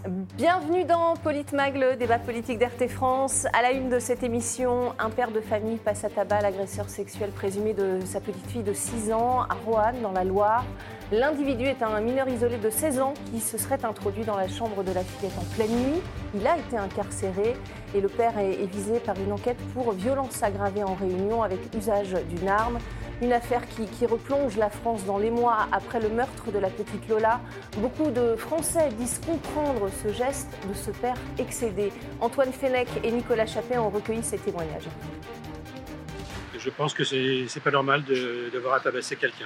Bienvenue dans Politmag, le débat politique d'RT France. À la une de cette émission, un père de famille passe à tabac l'agresseur sexuel présumé de sa petite fille de 6 ans à Roanne, dans la Loire. L'individu est un mineur isolé de 16 ans qui se serait introduit dans la chambre de la fillette en pleine nuit. Il a été incarcéré et le père est visé par une enquête pour violence aggravée en réunion avec usage d'une arme. Une affaire qui replonge la France dans les mois après le meurtre de la petite Lola. Beaucoup de Français disent comprendre ce geste de ce père excédé. Antoine Fenech et Nicolas Chappet ont recueilli ces témoignages. Je pense que c'est pas normal de devoir tabasser quelqu'un.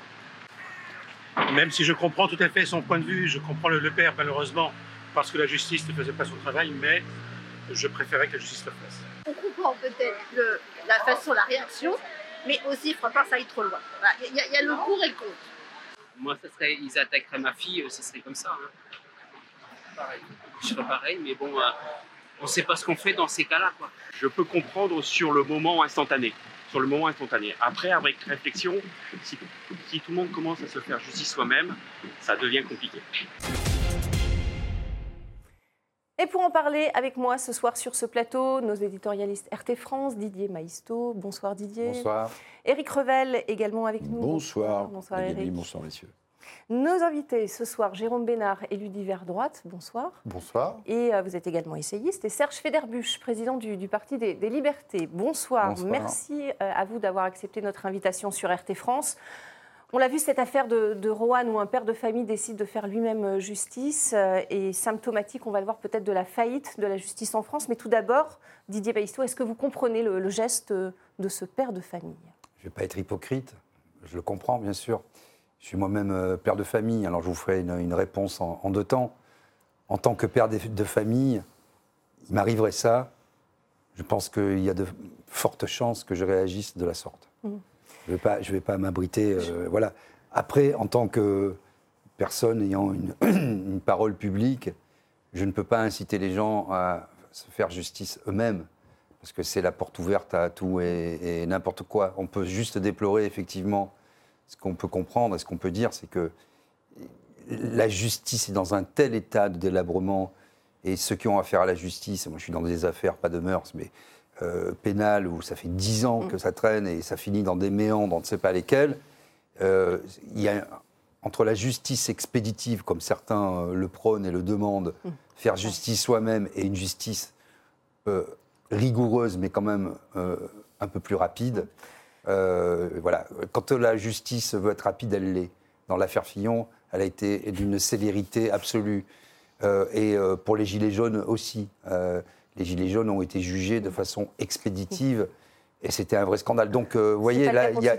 Même si je comprends tout à fait son point de vue, je comprends le père malheureusement parce que la justice ne faisait pas son travail, mais je préférais que la justice le fasse. On comprend peut-être la façon, la réaction, mais aussi il ne faudra pas que ça aille trop loin. Voilà. Il y a le pour et le contre. Moi, ils attaqueraient ma fille, ce serait comme ça. Pareil. Je serais pareil, mais bon, on ne sait pas ce qu'on fait dans ces cas-là, quoi. Je peux comprendre sur le moment instantané. Après, avec réflexion, si tout le monde commence à se faire justice soi-même, ça devient compliqué. Et pour en parler avec moi ce soir sur ce plateau, nos éditorialistes RT France, Didier Maïsto. Bonsoir Didier. Bonsoir. Éric Revel également avec nous. Bonsoir. Bonsoir Éric. Bonsoir messieurs. Nos invités ce soir, Jérôme Bénard, élu d'hiver droite. Bonsoir. Bonsoir. Et vous êtes également essayiste. Et Serge Federbusch, président du Parti des Libertés. Bonsoir. Bonsoir. Merci à vous d'avoir accepté notre invitation sur RT France. On l'a vu, cette affaire de Roanne où un père de famille décide de faire lui-même justice est symptomatique, on va le voir peut-être, de la faillite de la justice en France. Mais tout d'abord, Didier Maïsto, est-ce que vous comprenez le geste de ce père de famille ? Je ne vais pas être hypocrite, je le comprends bien sûr. Je suis moi-même père de famille, alors je vous ferai une réponse en deux temps. En tant que père de famille, il m'arriverait ça. Je pense qu'il y a de fortes chances que je réagisse de la sorte. Je ne vais pas m'abriter. Voilà. Après, en tant que personne ayant une parole publique, je ne peux pas inciter les gens à se faire justice eux-mêmes, parce que c'est la porte ouverte à tout et n'importe quoi. On peut juste déplorer, effectivement, ce qu'on peut comprendre et ce qu'on peut dire, c'est que la justice est dans un tel état de délabrement, et ceux qui ont affaire à la justice, moi je suis dans des affaires, pas de mœurs, mais pénales, où ça fait 10 ans que ça traîne et ça finit dans des méandres, on ne sait pas lesquels. Il y a, entre la justice expéditive, comme certains le prônent et le demandent, faire justice soi-même, et une justice rigoureuse, mais quand même un peu plus rapide. Voilà. Quand la justice veut être rapide, elle l'est. Dans l'affaire Fillon, elle a été d'une célérité absolue. Et pour les Gilets jaunes aussi. Les Gilets jaunes ont été jugés de façon expéditive et c'était un vrai scandale. Donc, vous voyez, là, il y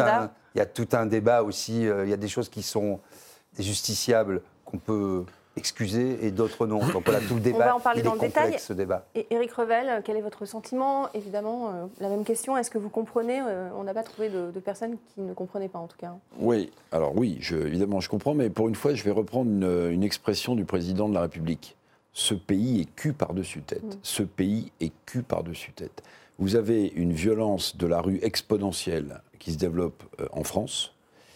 a tout un débat aussi. Il y a des choses qui sont justiciables qu'on peut excuser et d'autres non. Donc voilà, tout le débat, on va en parler il dans est le complexe, détail. ce débat. Et Éric Revel, quel est votre sentiment ? Évidemment, la même question. Est-ce que vous comprenez ? On n'a pas trouvé de personnes qui ne comprenaient pas, en tout cas. Oui, alors oui, évidemment, je comprends, mais pour une fois, je vais reprendre une expression du président de la République. Ce pays est cul par-dessus tête. Ce pays est cul par-dessus tête. Vous avez une violence de la rue exponentielle qui se développe en France.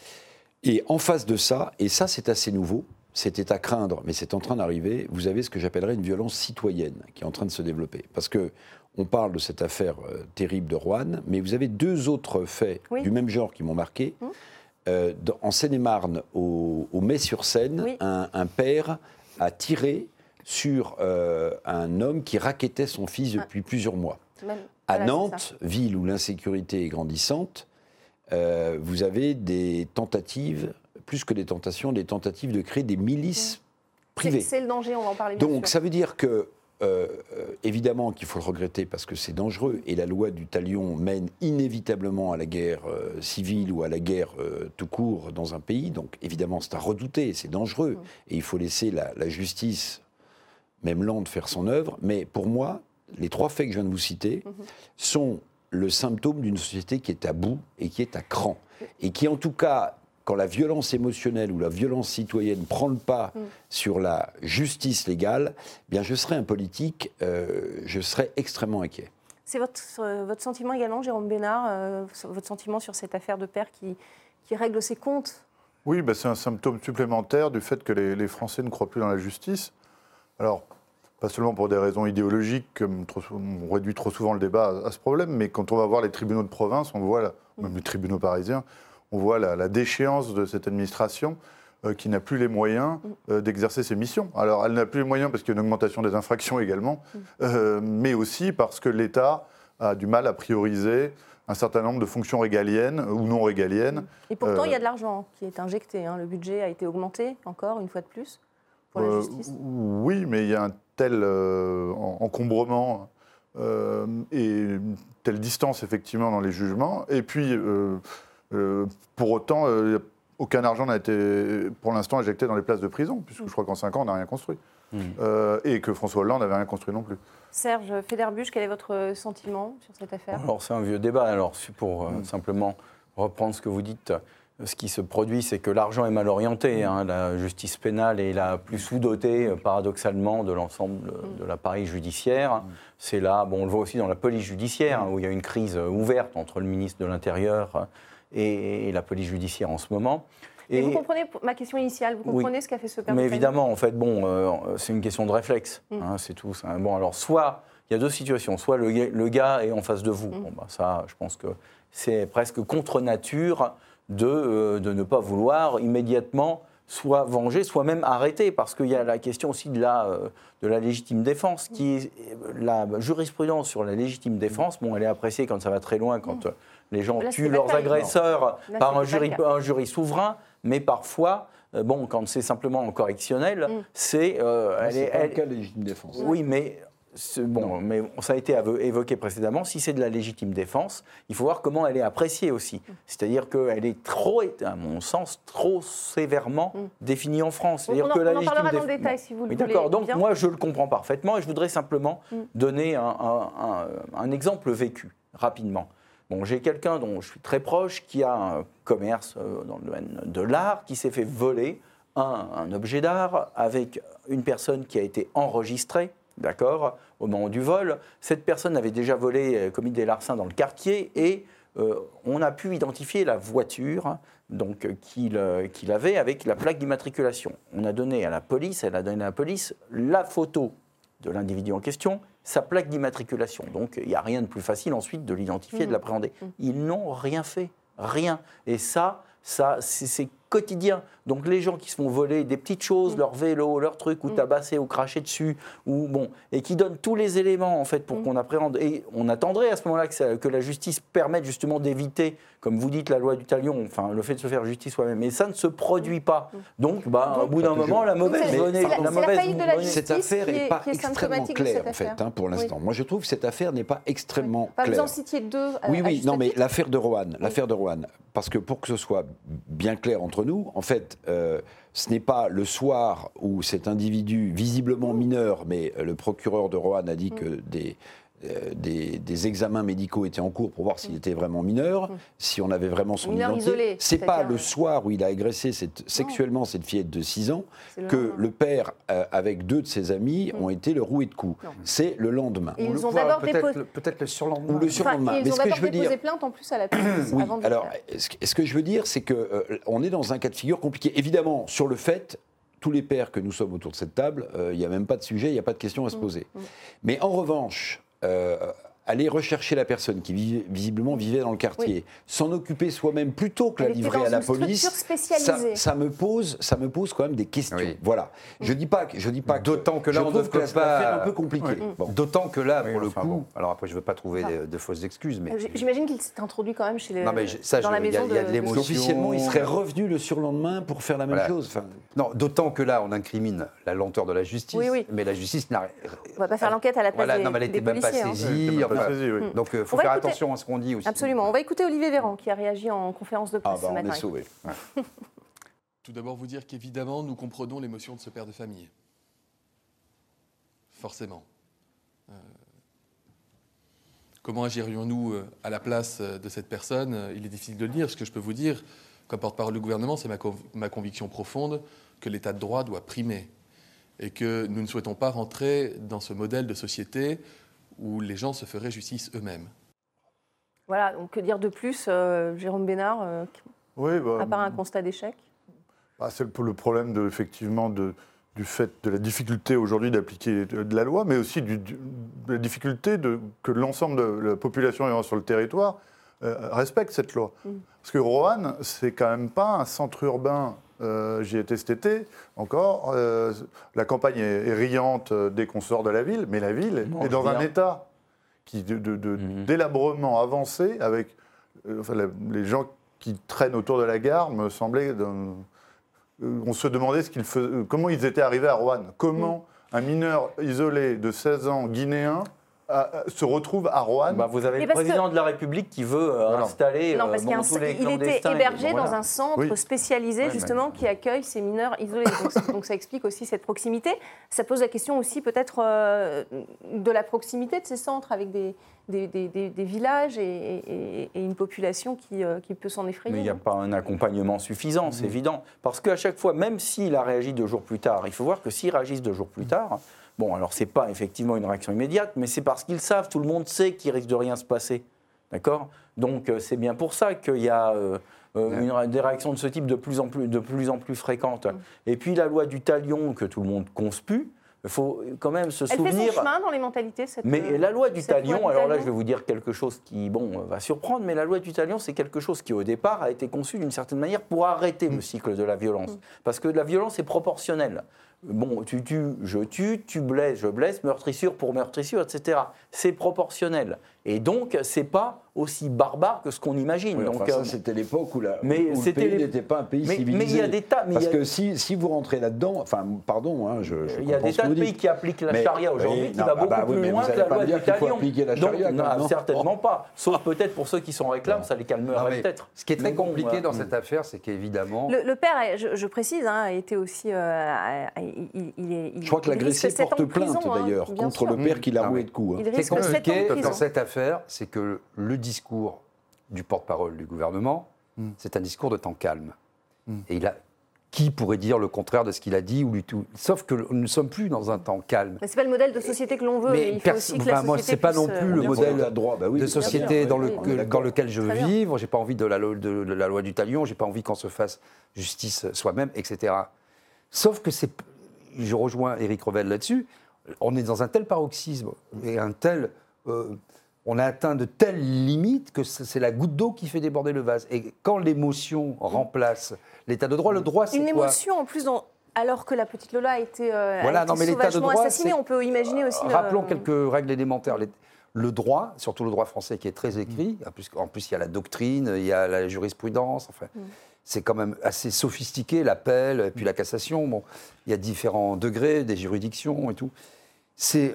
Et en face de ça, et ça c'est assez nouveau, c'était à craindre, mais c'est en train d'arriver, vous avez ce que j'appellerais une violence citoyenne qui est en train de se développer. Parce qu'on parle de cette affaire terrible de Roanne, mais vous avez deux autres faits du même genre qui m'ont marqué. En Seine-et-Marne, au Mai-sur-Seine, un père a tiré sur un homme qui rackettait son fils depuis plusieurs mois. À Nantes, ville où l'insécurité est grandissante, vous avez des tentatives, plus que des tentations, des tentatives de créer des milices privées. C'est le danger, on va en parler bien sûr. Donc ça veut dire que, évidemment qu'il faut le regretter parce que c'est dangereux, et la loi du talion mène inévitablement à la guerre civile ou à la guerre tout court dans un pays, donc évidemment c'est à redouter, c'est dangereux, et il faut laisser la justice, même lente, faire son œuvre, mais pour moi, les trois faits que je viens de vous citer sont le symptôme d'une société qui est à bout et qui est à cran. Et qui, en tout cas, quand la violence émotionnelle ou la violence citoyenne prend le pas sur la justice légale, eh bien je serai un politique, je serai extrêmement inquiet. C'est votre sentiment également, Jérôme Bénard, votre sentiment sur cette affaire de père qui règle ses comptes ? Oui, c'est un symptôme supplémentaire du fait que les Français ne croient plus dans la justice. Alors, pas seulement pour des raisons idéologiques, comme on réduit trop souvent le débat à ce problème, mais quand on va voir les tribunaux de province, on voit, même les tribunaux parisiens, on voit la déchéance de cette administration qui n'a plus les moyens d'exercer ses missions. Alors, elle n'a plus les moyens parce qu'il y a une augmentation des infractions également, mais aussi parce que l'État a du mal à prioriser un certain nombre de fonctions régaliennes ou non régaliennes. Et pourtant, il y a de l'argent qui est injecté. Le budget a été augmenté, encore, une fois de plus, pour la justice. Oui, mais il y a un tel encombrement et une telle distance, effectivement, dans les jugements. Et puis, pour autant, aucun argent n'a été, pour l'instant, injecté dans les places de prison, puisque je crois qu'en 5 ans, on n'a rien construit. Et que François Hollande n'avait rien construit non plus. Serge Federbusch, quel est votre sentiment sur cette affaire ? Alors, c'est un vieux débat. Alors, pour simplement reprendre ce que vous dites, ce qui se produit, c'est que l'argent est mal orienté. La justice pénale est la plus sous-dotée, paradoxalement, de l'ensemble de l'appareil judiciaire. C'est là, on le voit aussi dans la police judiciaire, où il y a une crise ouverte entre le ministre de l'Intérieur et la police judiciaire en ce moment. Et vous comprenez ma question initiale, vous comprenez ce qu'a fait ce père de famille ? Mais évidemment, en fait, c'est une question de réflexe, c'est tout. Alors, soit, il y a deux situations, soit le gars est en face de vous. Ça, je pense que c'est presque contre nature de ne pas vouloir immédiatement soit venger, soit même arrêter, parce qu'il y a la question aussi de la légitime défense, qui est la jurisprudence sur la légitime défense. Elle est appréciée quand ça va très loin, quand les gens tuent leurs agresseurs par un jury souverain, mais parfois, quand c'est simplement en correctionnel, c'est... c'est pas le cas de légitime défense. Oui, mais ça a été évoqué précédemment. Si c'est de la légitime défense, il faut voir comment elle est appréciée aussi. C'est-à-dire qu'elle est à mon sens, trop sévèrement définie en France. On en parlera dans le détail si vous le voulez. D'accord, donc moi je le comprends parfaitement et je voudrais simplement donner un exemple vécu, rapidement. J'ai quelqu'un dont je suis très proche qui a un commerce dans le domaine de l'art, qui s'est fait voler un objet d'art avec une personne qui a été enregistrée, d'accord, au moment du vol. Cette personne avait déjà commis des larcins dans le quartier et on a pu identifier la voiture qu'il avait avec la plaque d'immatriculation. On a donné à la police, elle a donné à la police la photo de l'individu en question, sa plaque d'immatriculation. Donc il n'y a rien de plus facile ensuite de l'identifier, de l'appréhender. Ils n'ont rien fait, rien. Et ça c'est quotidien. Donc les gens qui se font voler des petites choses, leur vélo, leur truc, ou tabasser ou cracher dessus, et qui donnent tous les éléments en fait pour qu'on appréhende. Et on attendrait à ce moment-là que la justice permette justement d'éviter, comme vous dites, la loi du talion, le fait de se faire justice soi-même. Mais ça ne se produit pas. Donc, au bout d'un moment, la mauvaise monnaie. Cette affaire n'est pas extrêmement claire en fait, pour l'instant. Moi, je trouve que cette affaire n'est pas extrêmement claire. Vous en citiez deux. Oui, non, mais l'affaire de Roanne, parce que pour que ce soit bien clair entre nous, en fait, ce n'est pas le soir où cet individu, visiblement mineur, mais le procureur de Roanne a dit que des examens médicaux étaient en cours pour voir s'il était vraiment mineur, si on avait vraiment son identité. C'est pas le soir où il a agressé sexuellement cette fillette de 6 ans que le père, avec 2 de ses amis, ont été le roué de coups. C'est le lendemain. Et ils ont d'abord peut-être le surlendemain. Ou le surlendemain. Ils ont d'abord déposé plainte en plus à la police. Oui, alors, ce que je veux dire, c'est qu'on est dans un cas de figure compliqué. Évidemment, sur le fait, tous les pères que nous sommes autour de cette table, il n'y a même pas de sujet, il n'y a pas de question à se poser. Mais en revanche, aller rechercher la personne qui visiblement vivait dans le quartier, s'en occuper soi-même plutôt que la livrer à la police, ça me pose quand même des questions. Oui. Voilà. Je dis pas que d'autant que là on ne peut pas un peu compliqué. D'autant que là pour le coup, alors après je veux pas trouver de fausses excuses, mais j'imagine qu'il s'est introduit quand même chez les. Non mais dans la maison il y a de l'émotion. Officiellement, il serait revenu le surlendemain pour faire la même chose. Non, d'autant que là on incrimine la lenteur de la justice, mais la justice n'a. On va pas faire l'enquête à la place des policiers. Non, mais elle n'était même pas saisie. Donc il faut faire attention à ce qu'on dit aussi. Absolument. On va écouter Olivier Véran qui a réagi en conférence de presse ce matin. On est sauvés. Tout d'abord vous dire qu'évidemment nous comprenons l'émotion de ce père de famille. Forcément. Comment agirions-nous à la place de cette personne ? Il est difficile de le dire. Ce que je peux vous dire, comme porte-parole du gouvernement, c'est ma conviction profonde que l'état de droit doit primer et que nous ne souhaitons pas rentrer dans ce modèle de société où les gens se feraient justice eux-mêmes. Voilà, donc que dire de plus, Jérôme Bénard, à part un constat d'échec ? C'est le problème effectivement de du fait de la difficulté aujourd'hui d'appliquer de la loi, mais aussi de la difficulté que l'ensemble de la population vivant sur le territoire respecte cette loi. Parce que Roanne, c'est quand même pas un centre urbain. J'y étais cet été encore. La campagne est riante dès qu'on sort de la ville, mais la ville est dans un état de délabrement avancé avec les gens qui traînent autour de la gare me semblaient... on se demandait comment ils étaient arrivés à Roanne. Comment un mineur isolé de 16 ans guinéen se retrouve à Roanne. Vous avez le président de la République qui veut installer non, parce tous les il était hébergé voilà. dans un centre spécialisé justement qui accueille ces mineurs isolés. Donc ça explique aussi cette proximité. Ça pose la question aussi peut-être de la proximité de ces centres avec des villages et une population qui peut s'en effrayer. Mais il n'y a pas un accompagnement suffisant, c'est évident. Parce qu'à chaque fois, même s'il a réagi 2 jours plus tard, il faut voir que s'ils réagissent 2 jours plus tard, bon, alors ce n'est pas effectivement une réaction immédiate, mais c'est parce qu'ils savent, tout le monde sait qu'il risque de rien se passer. D'accord ? Donc c'est bien pour ça qu'il y a des réactions de ce type de plus en plus fréquentes. Et puis la loi du talion que tout le monde conspue, il faut quand même se souvenir... Elle fait son chemin dans les mentalités, Mais la loi du talion, alors là je vais vous dire quelque chose qui va surprendre, mais la loi du talion c'est quelque chose qui au départ a été conçu d'une certaine manière pour arrêter le cycle de la violence. Parce que la violence est proportionnelle. Bon, tu tues, je tue, tu blesses, je blesse, meurtrissure pour meurtrissure, etc. C'est proportionnel. Et donc, c'est pas aussi barbare que ce qu'on imagine. Oui, donc, ça, c'était l'époque où le pays n'était pas un pays civilisé. Mais il y a des tas... Parce que si vous rentrez là-dedans... Enfin, pardon, il y a des tas de pays qui appliquent la charia aujourd'hui qui va beaucoup plus loin que la loi du talion. Donc, certainement pas. Sauf peut-être pour ceux qui s'en réclament, ça les calmerait peut-être. Ce qui est très compliqué dans cette affaire, c'est qu'évidemment... Le père, je précise, a été aussi... Je crois que l'agressé porte plainte d'ailleurs contre le père qui l'a roué de coups. Ce qui est compliqué dans cette affaire, c'est que le discours du porte-parole du gouvernement, c'est un discours de temps calme. Et qui pourrait dire le contraire de ce qu'il a dit ou du tout. Sauf que nous ne sommes plus dans un temps calme. Mais c'est pas le modèle de société que l'on veut. Mais il faut aussi que la société moi, c'est pas non plus le modèle de société dans lequel je veux vivre. J'ai pas envie de la loi du talion. J'ai pas envie qu'on se fasse justice soi-même, etc. Sauf que je rejoins Éric Revel là-dessus. On est dans un tel paroxysme et on a atteint de telles limites que c'est la goutte d'eau qui fait déborder le vase. Et quand l'émotion remplace l'état de droit, le droit, c'est quoi ? Une émotion, en plus, alors que la petite Lola a été sauvagement assassinée, on peut imaginer aussi... Rappelons quelques règles élémentaires. Le droit, surtout le droit français qui est très écrit, en plus il y a la doctrine, il y a la jurisprudence, enfin... C'est quand même assez sophistiqué, l'appel, et puis la cassation. Bon, il y a différents degrés, des juridictions et tout. C'est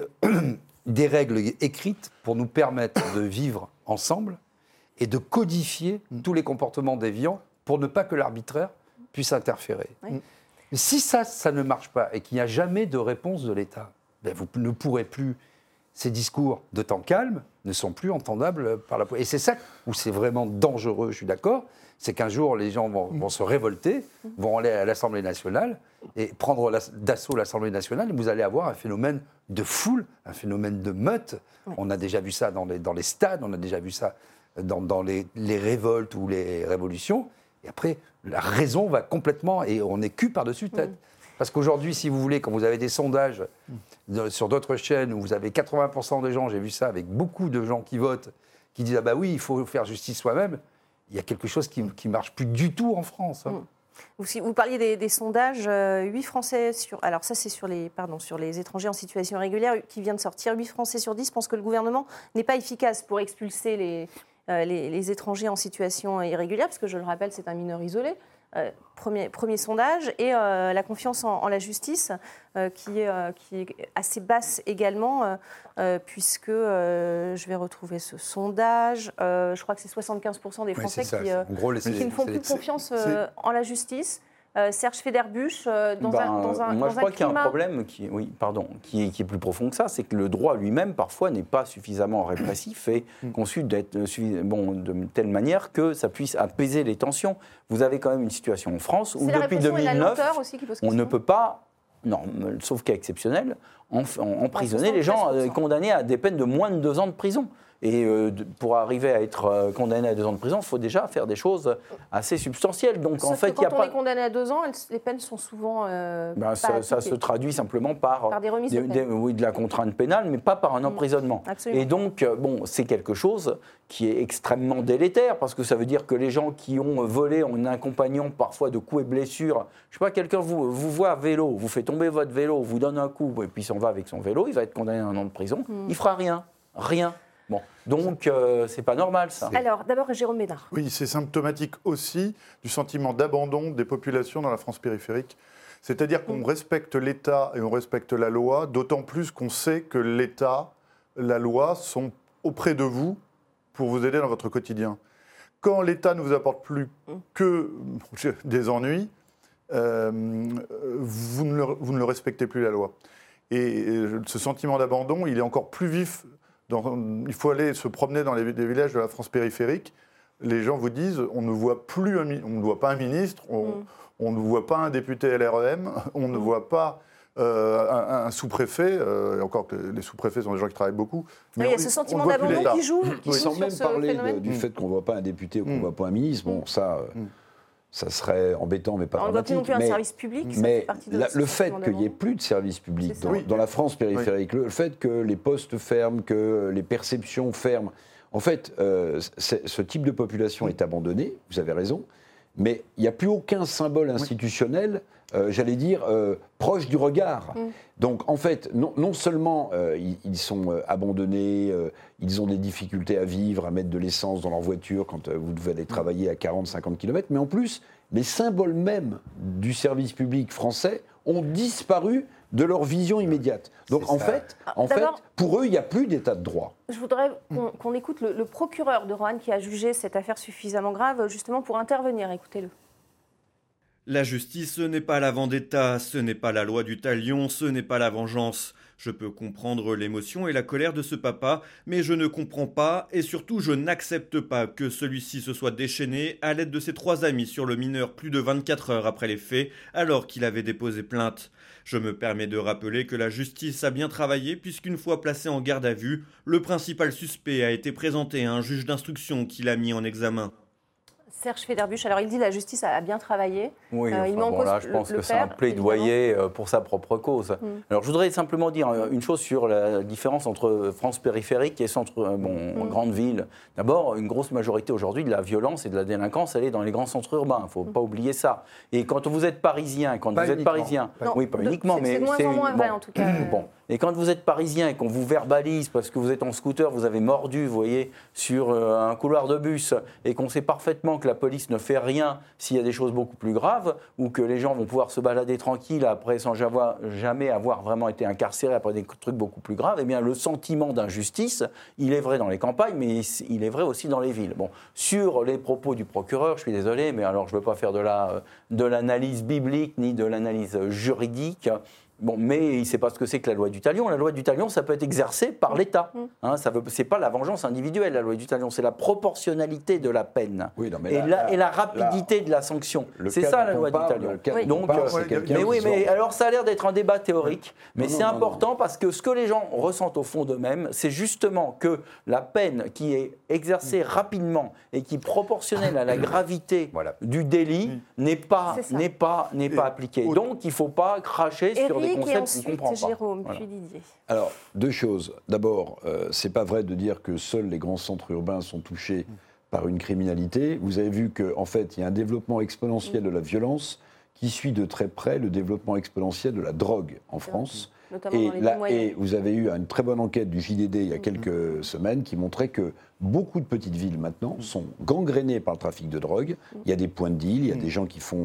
des règles écrites pour nous permettre de vivre ensemble et de codifier tous les comportements déviants pour ne pas que l'arbitraire puisse interférer. Mais si ça ne marche pas et qu'il n'y a jamais de réponse de l'État, vous ne pourrez plus... Ces discours de temps calme ne sont plus entendables par la... Et c'est ça où c'est vraiment dangereux, je suis d'accord, c'est qu'un jour, les gens vont se révolter, vont aller à l'Assemblée nationale et prendre d'assaut l'Assemblée nationale, et vous allez avoir un phénomène de foule, un phénomène de meute. On a déjà vu ça dans les stades, on a déjà vu ça dans les révoltes ou les révolutions. Et après, la raison va complètement... Et on est cul par-dessus tête. Parce qu'aujourd'hui, si vous voulez, quand vous avez des sondages sur d'autres chaînes où vous avez 80% des gens, j'ai vu ça avec beaucoup de gens qui votent, qui disent « Ah bah oui, il faut faire justice soi-même », il y a quelque chose qui ne marche plus du tout en France. Vous parliez des sondages, 8 Français sur... Alors ça, c'est sur les étrangers en situation irrégulière qui vient de sortir. 8 Français sur 10 pensent que le gouvernement n'est pas efficace pour expulser les étrangers en situation irrégulière, parce que je le rappelle, c'est un mineur isolé. Premier sondage, et la confiance en la justice qui est assez basse également, puisque je vais retrouver ce sondage, je crois que c'est 75% des Français qui ne font plus confiance en la justice. Serge Federbusch, dans un moi, je crois qu'il y a un problème qui est plus profond que ça, c'est que le droit lui-même, parfois, n'est pas suffisamment répressif et conçu de telle manière que ça puisse apaiser les tensions. Vous avez quand même une situation en France où, depuis 2009, on ne peut pas, sauf cas exceptionnel, emprisonner les gens condamnés à des peines de moins de 2 ans de prison. Et pour arriver à être condamné à 2 ans de prison, il faut déjà faire des choses assez substantielles. Donc Sauf en fait, que quand on est condamné à 2 ans, les peines sont souvent ça se traduit simplement par des remises de peine. oui, de la contrainte pénale, mais pas par un emprisonnement. Absolument. Et donc, c'est quelque chose qui est extrêmement délétère, parce que ça veut dire que les gens qui ont volé en accompagnant parfois de coups et blessures, je sais pas, quelqu'un vous voit à vélo, vous fait tomber votre vélo, vous donne un coup, et puis s'en va avec son vélo, il va être condamné à 1 an de prison, il fera rien. Bon, donc c'est pas normal ça. Alors, d'abord, Jérôme Bédard. Oui, c'est symptomatique aussi du sentiment d'abandon des populations dans la France périphérique. C'est-à-dire qu'on respecte l'État et on respecte la loi, d'autant plus qu'on sait que l'État, la loi sont auprès de vous pour vous aider dans votre quotidien. Quand l'État ne vous apporte plus que des ennuis, vous ne le respectez plus la loi. Et ce sentiment d'abandon, il est encore plus vif. Il faut aller se promener dans les villages de la France périphérique. Les gens vous disent, on ne voit pas un ministre, on ne voit pas un député LREM, on ne voit pas un sous-préfet, et encore que les sous-préfets sont des gens qui travaillent beaucoup. Mais il y a ce sentiment d'abandon qui joue Sans sur même ce parler phénomène. du fait qu'on ne voit pas un député ou qu'on ne voit pas un ministre, bon, ça serait embêtant, mais pas On ne voit plus dramatique. non plus un service public, ça mais fait partie de le fait qu'il n'y ait plus de service public dans la France périphérique, le fait que les postes ferment, que les perceptions ferment, en fait, ce type de population est abandonné, vous avez raison, mais il n'y a plus aucun symbole institutionnel, j'allais dire, proche du regard. Donc, en fait, non seulement ils sont abandonnés, ils ont des difficultés à vivre, à mettre de l'essence dans leur voiture quand vous devez aller travailler à 40-50 km, mais en plus, les symboles même du service public français ont disparu de leur vision immédiate. Donc, en fait, pour eux, il n'y a plus d'état de droit. Je voudrais qu'on écoute le procureur de Roanne qui a jugé cette affaire suffisamment grave, justement, pour intervenir. Écoutez-le. La justice, ce n'est pas la vendetta, ce n'est pas la loi du talion, ce n'est pas la vengeance. Je peux comprendre l'émotion et la colère de ce papa, mais je ne comprends pas et surtout je n'accepte pas que celui-ci se soit déchaîné à l'aide de ses 3 amis sur le mineur plus de 24 heures après les faits, alors qu'il avait déposé plainte. Je me permets de rappeler que la justice a bien travaillé puisqu'une fois placé en garde à vue, le principal suspect a été présenté à un juge d'instruction qui l'a mis en examen. Serge Federbusch, alors il dit la justice a bien travaillé. Oui, il met en cause là, je pense le que c'est un père, plaidoyer pour sa propre cause. Alors je voudrais simplement dire une chose sur la différence entre France périphérique et centre, grande ville. D'abord, une grosse majorité aujourd'hui de la violence et de la délinquance, elle est dans les grands centres urbains. Il ne faut pas oublier ça. Et quand vous êtes parisien, oui, pas uniquement, mais c'est de moins en moins vrai en tout cas. Et quand vous êtes parisien et qu'on vous verbalise parce que vous êtes en scooter, vous avez mordu, vous voyez, sur un couloir de bus, et qu'on sait parfaitement que la police ne fait rien s'il y a des choses beaucoup plus graves, ou que les gens vont pouvoir se balader tranquille après sans jamais avoir vraiment été incarcérés après des trucs beaucoup plus graves, eh bien le sentiment d'injustice, il est vrai dans les campagnes, mais il est vrai aussi dans les villes. Bon, sur les propos du procureur, je suis désolé, mais alors je ne veux pas faire de l'analyse biblique ni de l'analyse juridique. Bon, mais il ne sait pas ce que c'est que la loi du talion. La loi du talion, ça peut être exercé par l'État. Ce n'est pas la vengeance individuelle, la loi du talion, c'est la proportionnalité de la peine et la rapidité de la sanction. C'est ça la loi du talion. Mais alors ça a l'air d'être un débat théorique, mais c'est important parce que ce que les gens ressentent au fond d'eux-mêmes, c'est justement que la peine qui est exercée rapidement et qui est proportionnelle à la gravité du délit n'est pas appliquée. Donc il ne faut pas cracher sur des concepts qu'on ne comprend pas. Jérôme, puis Didier. Alors, 2 choses. D'abord, c'est pas vrai de dire que seuls les grands centres urbains sont touchés par une criminalité. Vous avez vu qu'en fait, il y a un développement exponentiel de la violence qui suit de très près le développement exponentiel de la drogue en France. Et vous avez eu une très bonne enquête du JDD il y a quelques semaines qui montrait que beaucoup de petites villes maintenant sont gangrénées par le trafic de drogue. Il y a des points de deal, il y a des gens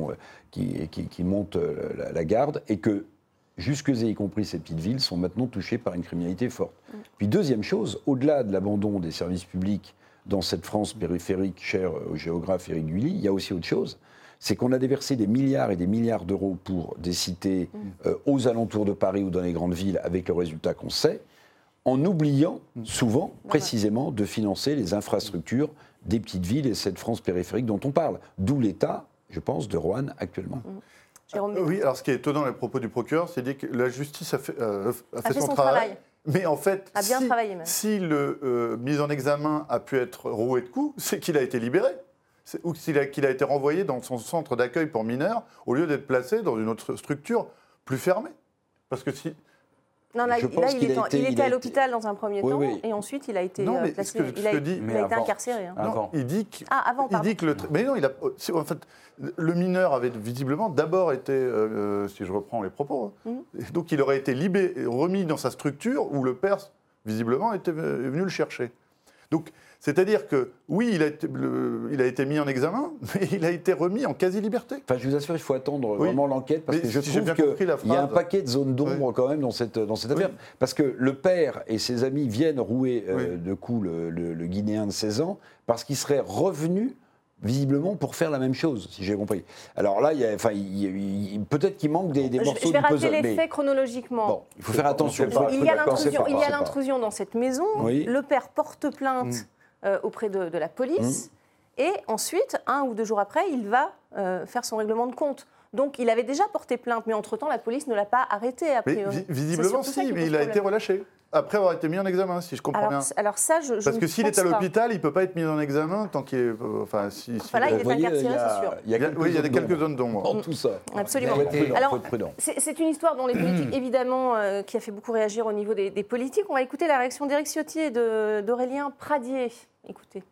qui montent la garde et que jusque y compris ces petites villes, sont maintenant touchées par une criminalité forte. Puis deuxième chose, au-delà de l'abandon des services publics dans cette France périphérique chère au géographe Éric Gully, il y a aussi autre chose, c'est qu'on a déversé des milliards et des milliards d'euros pour des cités aux alentours de Paris ou dans les grandes villes, avec le résultat qu'on sait, en oubliant souvent, précisément, de financer les infrastructures des petites villes et cette France périphérique dont on parle. D'où l'état, je pense, de Roanne actuellement. Oui, alors ce qui est étonnant dans les propos du procureur, c'est que la justice a fait son travail. Mais en fait, A bien travaillé, même. si le mis en examen a pu être roué de coups, c'est qu'il a été libéré. Ou qu'il a été renvoyé dans son centre d'accueil pour mineurs, au lieu d'être placé dans une autre structure plus fermée. Parce que si... Non, là, Je pense qu'il a été- il il était a à été- l'hôpital dans un premier Oui, temps, oui. et ensuite il a été Non, mais placé. ce que Il a je dis- été avant. incarcéré. Hein. Avant. Il dit que... Ah, avant, Il pardon. dit que mais non, en fait, le mineur avait visiblement d'abord été, si je reprends les propos, hein, et donc il aurait été remis dans sa structure où le père, visiblement, est venu le chercher. Donc, c'est-à-dire que, oui, il a été mis en examen, mais il a été remis en quasi-liberté. Enfin, je vous assure, il faut attendre Oui. vraiment l'enquête, parce Mais que je si j'ai trouve bien compris la qu'il y a un phrase- paquet de zones d'ombre quand même dans cette affaire. Parce que le père et ses amis viennent rouer de coups le Guinéen de 16 ans, parce qu'il serait revenu visiblement pour faire la même chose, si j'ai compris. Alors là, peut-être qu'il manque des morceaux Je vais du rater puzzle. les mais faits chronologiquement. bon, il faut faire attention. Il y a l'intrusion dans cette maison. Oui. Le père porte plainte auprès de la police. Et ensuite, 1 ou 2 jours après, il va faire son règlement de compte. Donc, il avait déjà porté plainte, mais entre-temps, la police ne l'a pas arrêté, a Mais priori. visiblement, C'est surtout ça si, qui mais pose il a été problème. relâché. Après avoir été mis en examen, si je comprends bien. Alors ça, je Parce ne que s'il pense est à pas. l'hôpital, il ne peut pas être mis en examen tant qu'il est... Enfin, si, Voilà, il est Vous voyez, incarcéré, c'est sûr. il y a oui, il y a quelques quelques zones zones d'ombre. dans tout ça. Absolument. Il faut être prudent, Alors, faut être prudent. C'est une histoire dont les politiques, évidemment, qui a fait beaucoup réagir au niveau des politiques. On va écouter la réaction d'Éric Ciotti et d'Aurélien Pradier. Écoutez.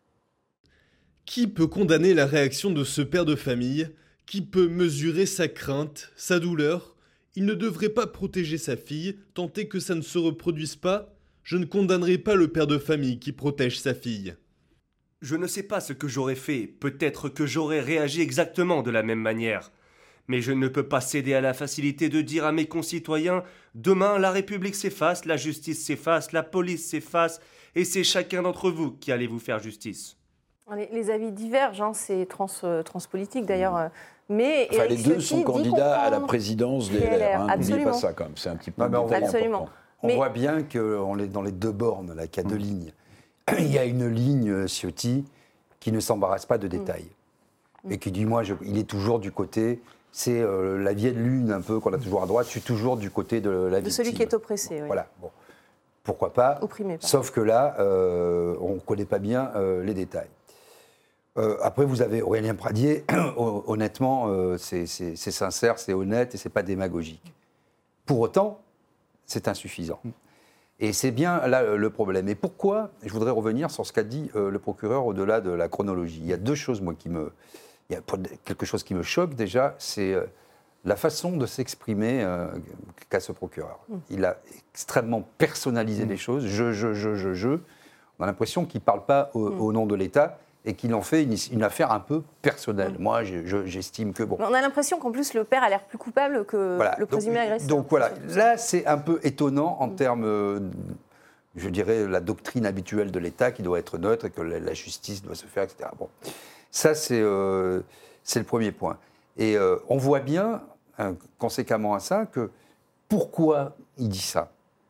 Qui peut condamner la réaction de ce père de famille? Qui peut mesurer sa crainte, sa douleur? Il ne devrait pas protéger sa fille, tenter que ça ne se reproduise pas. Je ne condamnerai pas le père de famille qui protège sa fille. Je ne sais pas ce que j'aurais fait, peut-être que j'aurais réagi exactement de la même manière. Mais je ne peux pas céder à la facilité de dire à mes concitoyens « Demain, la République s'efface, la justice s'efface, la police s'efface, et c'est chacun d'entre vous qui allez vous faire justice. » Les avis divergent, hein, c'est transpolitique d'ailleurs. Mais Enfin, les Éric deux Ciotti sont dit candidats à la comprendre présidence des PLR, LR. N'oubliez absolument. pas ça, quand même. C'est un petit peu Non, mais on voit- Absolument. On Mais- voit bien qu'on est dans les deux bornes, là, qu'il y a deux lignes. Il y a une ligne, Ciotti, qui ne s'embarrasse pas de détails. Et qui dit, moi, il est toujours du côté... C'est la vieille lune, un peu, qu'on a toujours à droite. Je suis toujours du côté de la victime. De celui qui est oppressé, oui. Voilà. Bon. Pourquoi pas. Opprimé, pardon. Sauf que là, on ne connaît pas bien les détails. Après, vous avez Aurélien Pradier. Honnêtement, c'est sincère, c'est honnête et c'est pas démagogique. Pour autant, c'est insuffisant. Et c'est bien là le problème. Et pourquoi? Je voudrais revenir sur ce qu'a dit le procureur au-delà de la chronologie. Il y a deux choses, moi, il y a quelque chose qui me choque déjà, c'est la façon de s'exprimer qu'a ce procureur. Il a extrêmement personnalisé les choses. On a l'impression qu'il ne parle pas au nom de l'État et qu'il en fait une affaire un peu personnelle. Moi, j'estime que... Bon. On a l'impression qu'en plus, le père a l'air plus coupable que Voilà. le présumé agresseur. Donc voilà, là, c'est un peu étonnant en termes, je dirais, la doctrine habituelle de l'État qui doit être neutre et que la justice doit se faire, etc. Bon. Ça, c'est le premier point. Et on voit bien, conséquemment à ça, que pourquoi il dit ça.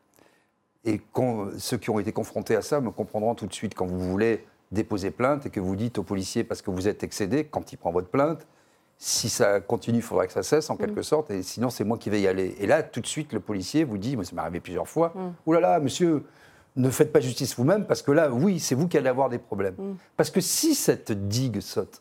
Et ceux qui ont été confrontés à ça me comprendront tout de suite quand vous voulez déposer plainte et que vous dites au policier, parce que vous êtes excédé, quand il prend votre plainte, si ça continue, il faudra que ça cesse en quelque sorte, et sinon c'est moi qui vais y aller. Et là, tout de suite, le policier vous dit, moi, ça m'est arrivé plusieurs fois, « Ouh là là, monsieur, ne faites pas justice vous-même, parce que là, oui, c'est vous qui allez avoir des problèmes. Parce que si cette digue saute,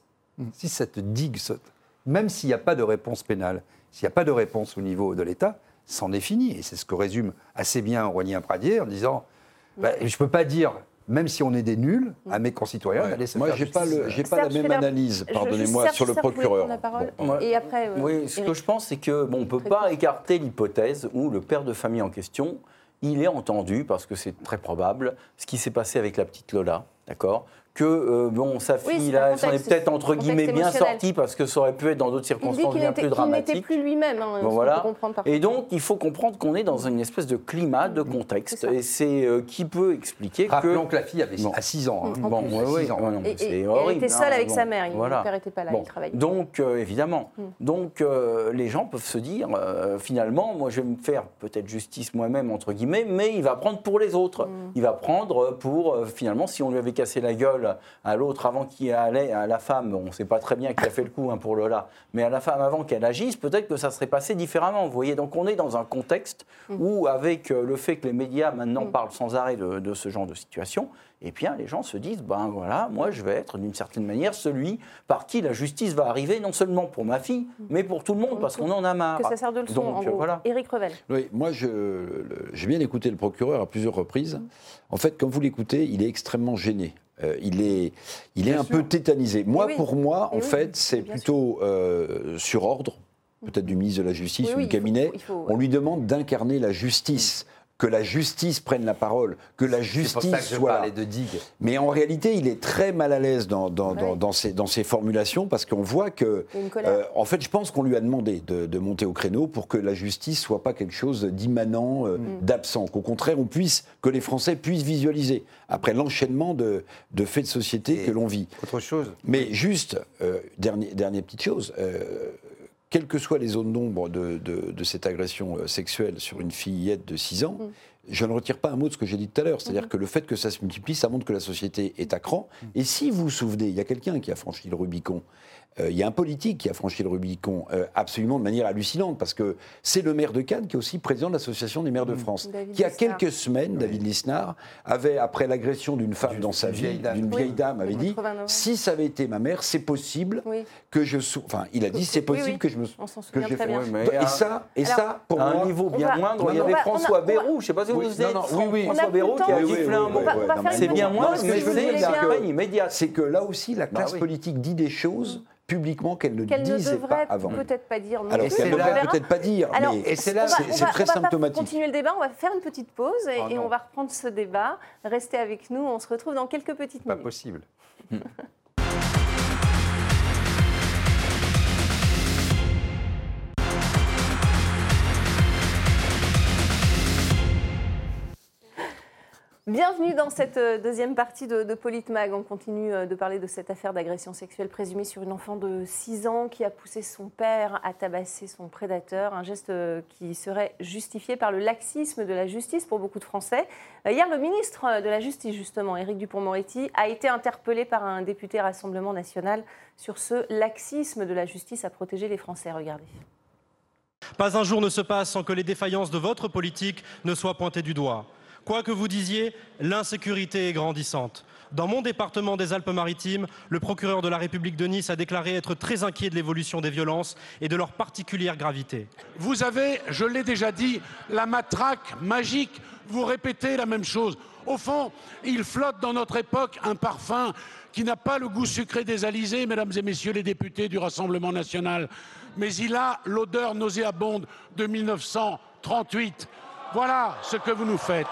même s'il n'y a pas de réponse pénale, s'il n'y a pas de réponse au niveau de l'État, c'en est fini. Et c'est ce que résume assez bien Aurélien Pradier en disant, je ne peux pas dire... Même si on est des nuls, à mes concitoyens, d'aller se Moi, faire j'ai pas justice. la même analyse, pardonnez-moi, sur le procureur. Bon. Et après, oui, ce que je pense, c'est que on ne peut pas écarter l'hypothèse où le père de famille en question, il est entendu, parce que c'est très probable, ce qui s'est passé avec la petite Lola, d'accord, que sa fille, là, elle s'en est peut-être entre guillemets bien sortie, parce que ça aurait pu être dans d'autres circonstances bien plus dramatiques. Il n'était plus lui-même, hein, bon, voilà. peut comprendre parfaitement. Et donc, il faut comprendre qu'on est dans une espèce de climat, de contexte, et c'est qui peut expliquer Rappelons que la fille avait 6 ans. Hein. Bon, oui, et elle était seule avec sa mère, le père n'était pas là, il travaillait. Donc, évidemment, donc les gens peuvent se dire, finalement, moi je vais me faire peut-être justice moi-même, entre guillemets, mais il va prendre pour les autres. Il va prendre pour, finalement, si on lui avait cassé la gueule parole à l'autre avant qu'il allait, à la femme, on ne sait pas très bien qui a fait le coup pour Lola, mais à la femme avant qu'elle agisse, peut-être que ça serait passé différemment. Vous voyez, donc on est dans un contexte où, avec le fait que les médias maintenant parlent sans arrêt de ce genre de situation, et bien les gens se disent, ben voilà, moi je vais être d'une certaine manière celui par qui la justice va arriver, non seulement pour ma fille, mais pour tout le monde, parce qu'on en a marre. Que ça sert de leçon, en gros. Voilà. Éric Revel. Oui, moi j'ai bien écouté le procureur à plusieurs reprises. En fait, quand vous l'écoutez, il est extrêmement gêné. Il est un peu tétanisé. Moi, pour moi, en fait, c'est plutôt sur ordre, peut-être du ministre de la Justice ou du cabinet. On lui demande d'incarner la justice. Que la justice prenne la parole, que la justice soit... de digue. Mais en réalité, il est très mal à l'aise dans ses formulations parce qu'on voit que... en fait, je pense qu'on lui a demandé de monter au créneau pour que la justice ne soit pas quelque chose d'immanent, d'absent. Qu'au contraire, que les Français puissent visualiser après l'enchaînement de faits de société que l'on vit. Autre chose. Mais juste, dernière petite chose... quelles que soient les zones d'ombre de cette agression sexuelle sur une fillette de 6 ans, je ne retire pas un mot de ce que j'ai dit tout à l'heure. C'est-à-dire que le fait que ça se multiplie, ça montre que la société est à cran. Et si vous vous souvenez, il y a quelqu'un qui a franchi le Rubicon. Il y a un politique qui a franchi le Rubicon absolument de manière hallucinante, parce que c'est le maire de Cannes qui est aussi président de l'Association des maires de France, qui a quelques semaines, David Lisnard, avait, après l'agression d'une femme dans sa vie, d'une vieille dame, avait dit, si ça avait été ma mère, c'est possible que je... Enfin, il a dit, c'est possible que je me... On s'en souvient très bien. Et ça, pour moi... À un niveau bien moindre, il y avait François Bayrou, je ne sais pas si vous savez, François Bayrou qui a giflé un mot. C'est bien moins, mais je veux dire, il y a campagne immédiate. C'est que là aussi, la classe politique dit des choses publiquement qu'elle ne disait pas avant. Peut-être pas dire non alors plus. qu'elle ne devrait peut-être pas dire, mais c'est très symptomatique. On va continuer le débat, on va faire une petite pause et on va reprendre ce débat. Restez avec nous, on se retrouve dans quelques petites minutes. Pas possible. Bienvenue dans cette deuxième partie de Politmag. On continue de parler de cette affaire d'agression sexuelle présumée sur une enfant de 6 ans qui a poussé son père à tabasser son prédateur. Un geste qui serait justifié par le laxisme de la justice pour beaucoup de Français. Hier, le ministre de la Justice, justement, Éric Dupond-Moretti, a été interpellé par un député Rassemblement National sur ce laxisme de la justice à protéger les Français. Regardez. Pas un jour ne se passe sans que les défaillances de votre politique ne soient pointées du doigt. Quoi que vous disiez, l'insécurité est grandissante. Dans mon département des Alpes-Maritimes, le procureur de la République de Nice a déclaré être très inquiet de l'évolution des violences et de leur particulière gravité. Vous avez, je l'ai déjà dit, la matraque magique. Vous répétez la même chose. Au fond, il flotte dans notre époque un parfum qui n'a pas le goût sucré des alizés, mesdames et messieurs les députés du Rassemblement national, mais il a l'odeur nauséabonde de 1938. Voilà ce que vous nous faites.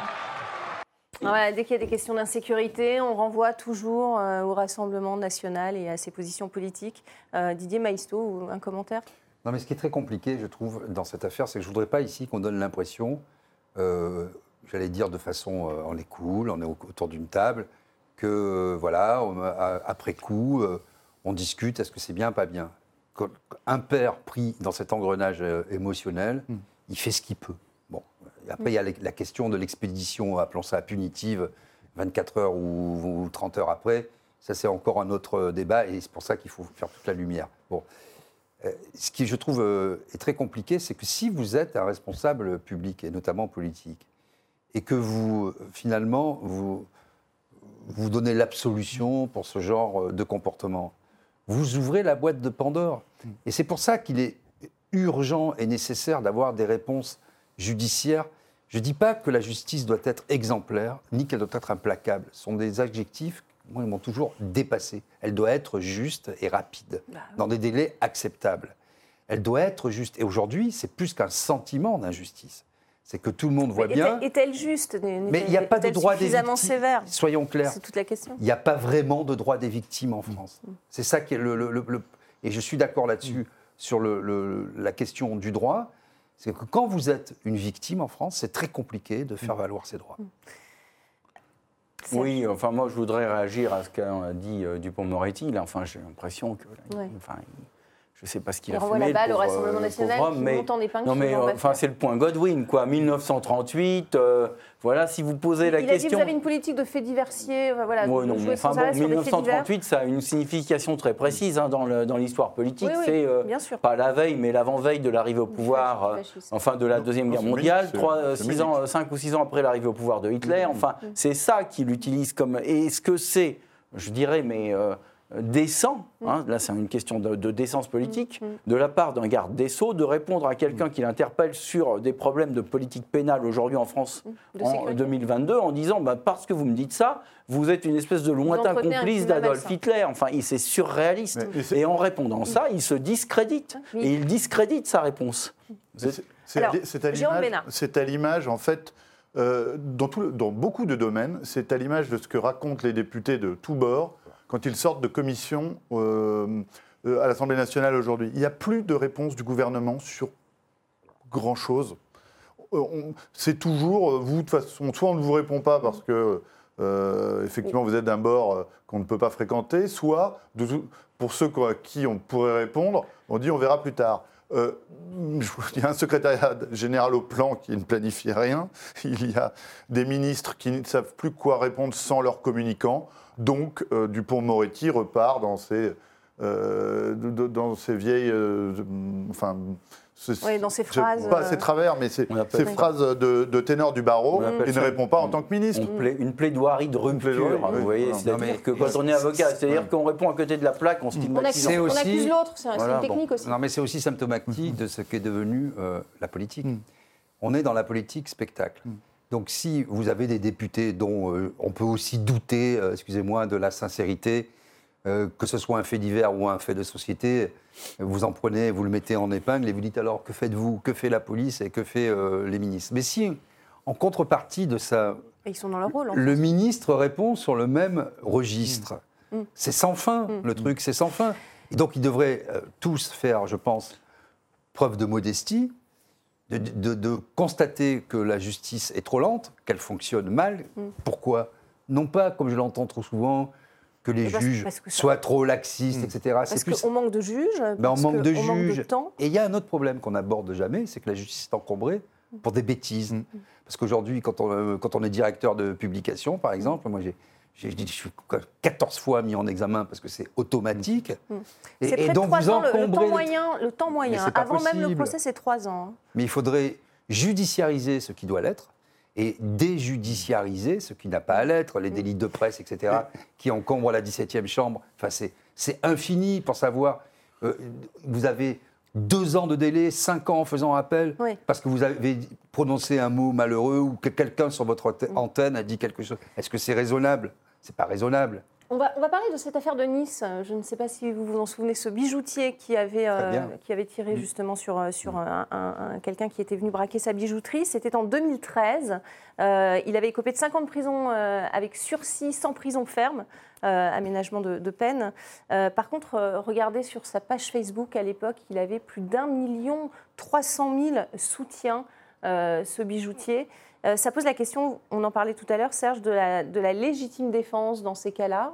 Voilà, dès qu'il y a des questions d'insécurité, on renvoie toujours au Rassemblement national et à ses positions politiques. Didier Maïsto, un commentaire ? Non, mais ce qui est très compliqué, je trouve, dans cette affaire, c'est que je ne voudrais pas ici qu'on donne l'impression, j'allais dire de façon, on est cool, on est autour d'une table, que voilà, après coup, on discute, est-ce que c'est bien, pas bien. Quand un père pris dans cet engrenage émotionnel, il fait ce qu'il peut. Bon, après, il y a la question de l'expédition, appelons ça punitive, 24 heures ou 30 heures après. Ça, c'est encore un autre débat et c'est pour ça qu'il faut faire toute la lumière. Bon. Ce qui, je trouve, est très compliqué, c'est que si vous êtes un responsable public, et notamment politique, et que vous, finalement, vous donnez l'absolution pour ce genre de comportement, vous ouvrez la boîte de Pandore. Et c'est pour ça qu'il est urgent et nécessaire d'avoir des réponses judiciaire. Je ne dis pas que la justice doit être exemplaire, ni qu'elle doit être implacable. Ce sont des adjectifs, moi, ils m'ont toujours dépassé. Elle doit être juste et rapide, dans des délais acceptables. Elle doit être juste. Et aujourd'hui, c'est plus qu'un sentiment d'injustice. C'est que tout le monde voit bien... Est-elle juste ? Mais il n'y a pas de droit des victimes. Sévère. Soyons clairs. C'est toute la question. Il n'y a pas vraiment de droit des victimes en France. C'est ça qui est Et je suis d'accord là-dessus, sur la question du droit. C'est que quand vous êtes une victime en France, c'est très compliqué de faire valoir ses droits. Oui, enfin moi je voudrais réagir à ce qu'a dit Dupond-Moretti. Enfin, j'ai l'impression que, je ne sais pas ce qu'il Il a renvoie fumé, la balle le au pauvre- Rassemblement le national pauvre homme, qui mais- monte en épingle. Non, mais enfin, c'est le point Godwin, quoi. 1938, voilà, si vous posez la il a dit question... vous avez une politique de faits diversiers, voilà, Ouais, vous non, jouez enfin sans bon, arrêt sur des faits divers. 1938, ça a une signification très précise hein, dans l'histoire politique. Oui, oui, c'est bien sûr. pas la veille, mais l'avant-veille de l'arrivée au pouvoir, fascisme. enfin de la Deuxième Guerre c'est mondiale, Munich, c'est 5 ou 6 ans après l'arrivée au pouvoir de Hitler. Enfin, c'est ça qu'il utilise comme. Et est-ce que c'est, je dirais, mais décent, hein, là c'est une question de décence politique, de la part d'un garde des Sceaux, de répondre à quelqu'un qui l'interpelle sur des problèmes de politique pénale aujourd'hui en France en 2022 en disant parce que vous me dites ça, vous êtes une espèce de lointain entretenez un complice climat d'Adolf malsain. Hitler. Enfin, c'est surréaliste. Et en répondant ça, il se discrédite. Oui. Et il discrédite sa réponse. Alors, Jérôme Bénard. C'est à l'image, en fait, dans beaucoup de domaines, c'est à l'image de ce que racontent les députés de tous bords quand ils sortent de commission à l'Assemblée nationale aujourd'hui. Il n'y a plus de réponse du gouvernement sur grand-chose. C'est toujours, vous, de toute façon, soit on ne vous répond pas parce que, effectivement, vous êtes d'un bord qu'on ne peut pas fréquenter, soit, pour ceux à qui on pourrait répondre, on dit on verra plus tard. Il y a un secrétariat général au plan qui ne planifie rien. Il y a des ministres qui ne savent plus quoi répondre sans leurs communicants. Donc, Dupond-Moretti repart dans ses vieilles... dans ses phrases... Pas ses travers, mais ses phrases de ténor du barreau. Il ne répond pas en tant que ministre. Une plaidoirie de rupture, vous voyez. C'est-à-dire que quand on est avocat, c'est-à-dire qu'on répond à côté de la plaque, on stigmatise. On accuse l'autre, c'est une technique aussi. Non, mais c'est aussi symptomatique de ce qu'est devenu la politique. On est dans la politique spectacle. Donc si vous avez des députés dont on peut aussi douter, excusez-moi, de la sincérité, que ce soit un fait divers ou un fait de société, vous en prenez, vous le mettez en épingle et vous dites alors que faites-vous, que fait la police et que fait les ministres. Mais si, en contrepartie de ça, ils sont dans leur rôle, le ministre répond sur le même registre, c'est sans fin, le truc, c'est sans fin. Et donc ils devraient tous faire, je pense, preuve de modestie, de constater que la justice est trop lente, qu'elle fonctionne mal. Pourquoi ? Non pas, comme je l'entends trop souvent, que les juges soient trop laxistes, etc. Parce qu'on manque de juges, on manque de juges. Manque de temps. Et il y a un autre problème qu'on n'aborde jamais, c'est que la justice est encombrée pour des bêtises. Parce qu'aujourd'hui, quand on est directeur de publication, par exemple, moi je suis 14 fois mis en examen parce que c'est automatique. C'est près de 3 ans, le temps moyen. Avant même le procès, c'est 3 ans. Mais il faudrait judiciariser ce qui doit l'être et déjudiciariser ce qui n'a pas à l'être, les délits de presse, etc., qui encombrent la 17e chambre. Enfin, c'est infini pour savoir. Vous avez 2 ans de délai, 5 ans en faisant appel, parce que vous avez prononcé un mot malheureux ou que quelqu'un sur votre antenne a dit quelque chose. Est-ce que c'est raisonnable ? C'est pas raisonnable. On va parler de cette affaire de Nice. Je ne sais pas si vous vous en souvenez, ce bijoutier qui avait tiré justement sur quelqu'un qui était venu braquer sa bijouterie. C'était en 2013. Il avait écopé de 5 ans de prison avec sursis sans prison ferme, aménagement de peine. Par contre, regardez sur sa page Facebook à l'époque, il avait plus d'1 300 000 soutiens, ce bijoutier. Ça pose la question, on en parlait tout à l'heure, Serge, de la légitime défense dans ces cas-là.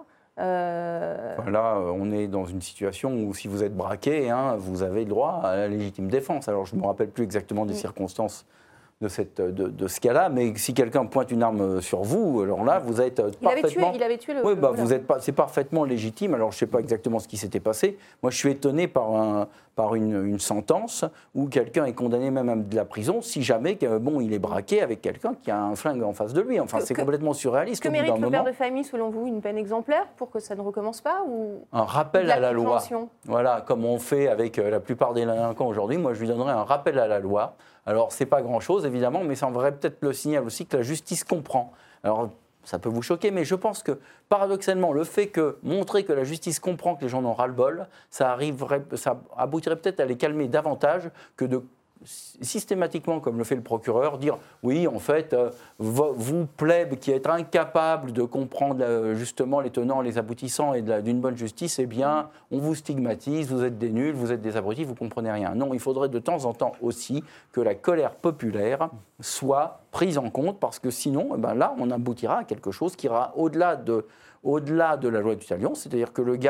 Là, on est dans une situation où si vous êtes braqué, vous avez le droit à la légitime défense. Alors, je ne me rappelle plus exactement des circonstances de ce cas-là, mais si quelqu'un pointe une arme sur vous, alors là, vous êtes parfaitement... Il avait tué le... Oui, c'est parfaitement légitime. Alors, je ne sais pas exactement ce qui s'était passé. Moi, je suis étonné par une sentence où quelqu'un est condamné même à de la prison si jamais il est braqué avec quelqu'un qui a un flingue en face de lui. Enfin, c'est complètement surréaliste. Que mérite le père de famille, selon vous, une peine exemplaire pour que ça ne recommence pas ou un rappel à la loi. Voilà, comme on fait avec la plupart des délinquants aujourd'hui. Moi, je lui donnerais un rappel à la loi. Alors, ce n'est pas grand-chose, évidemment, mais ça enverrait peut-être le signal aussi que la justice comprend. Alors, ça peut vous choquer, mais je pense que, paradoxalement, le fait que montrer que la justice comprend que les gens en ont ras-le-bol, ça aboutirait peut-être à les calmer davantage que de systématiquement, comme le fait le procureur, dire oui, en fait, vous, plèbe, qui êtes incapable de comprendre justement les tenants, les aboutissants et d'une bonne justice, eh bien, on vous stigmatise, vous êtes des nuls, vous êtes des abrutis, vous comprenez rien. Non, il faudrait de temps en temps aussi que la colère populaire soit prise en compte, parce que sinon, là, on aboutira à quelque chose qui ira au-delà de la loi du talion, c'est-à-dire que le gars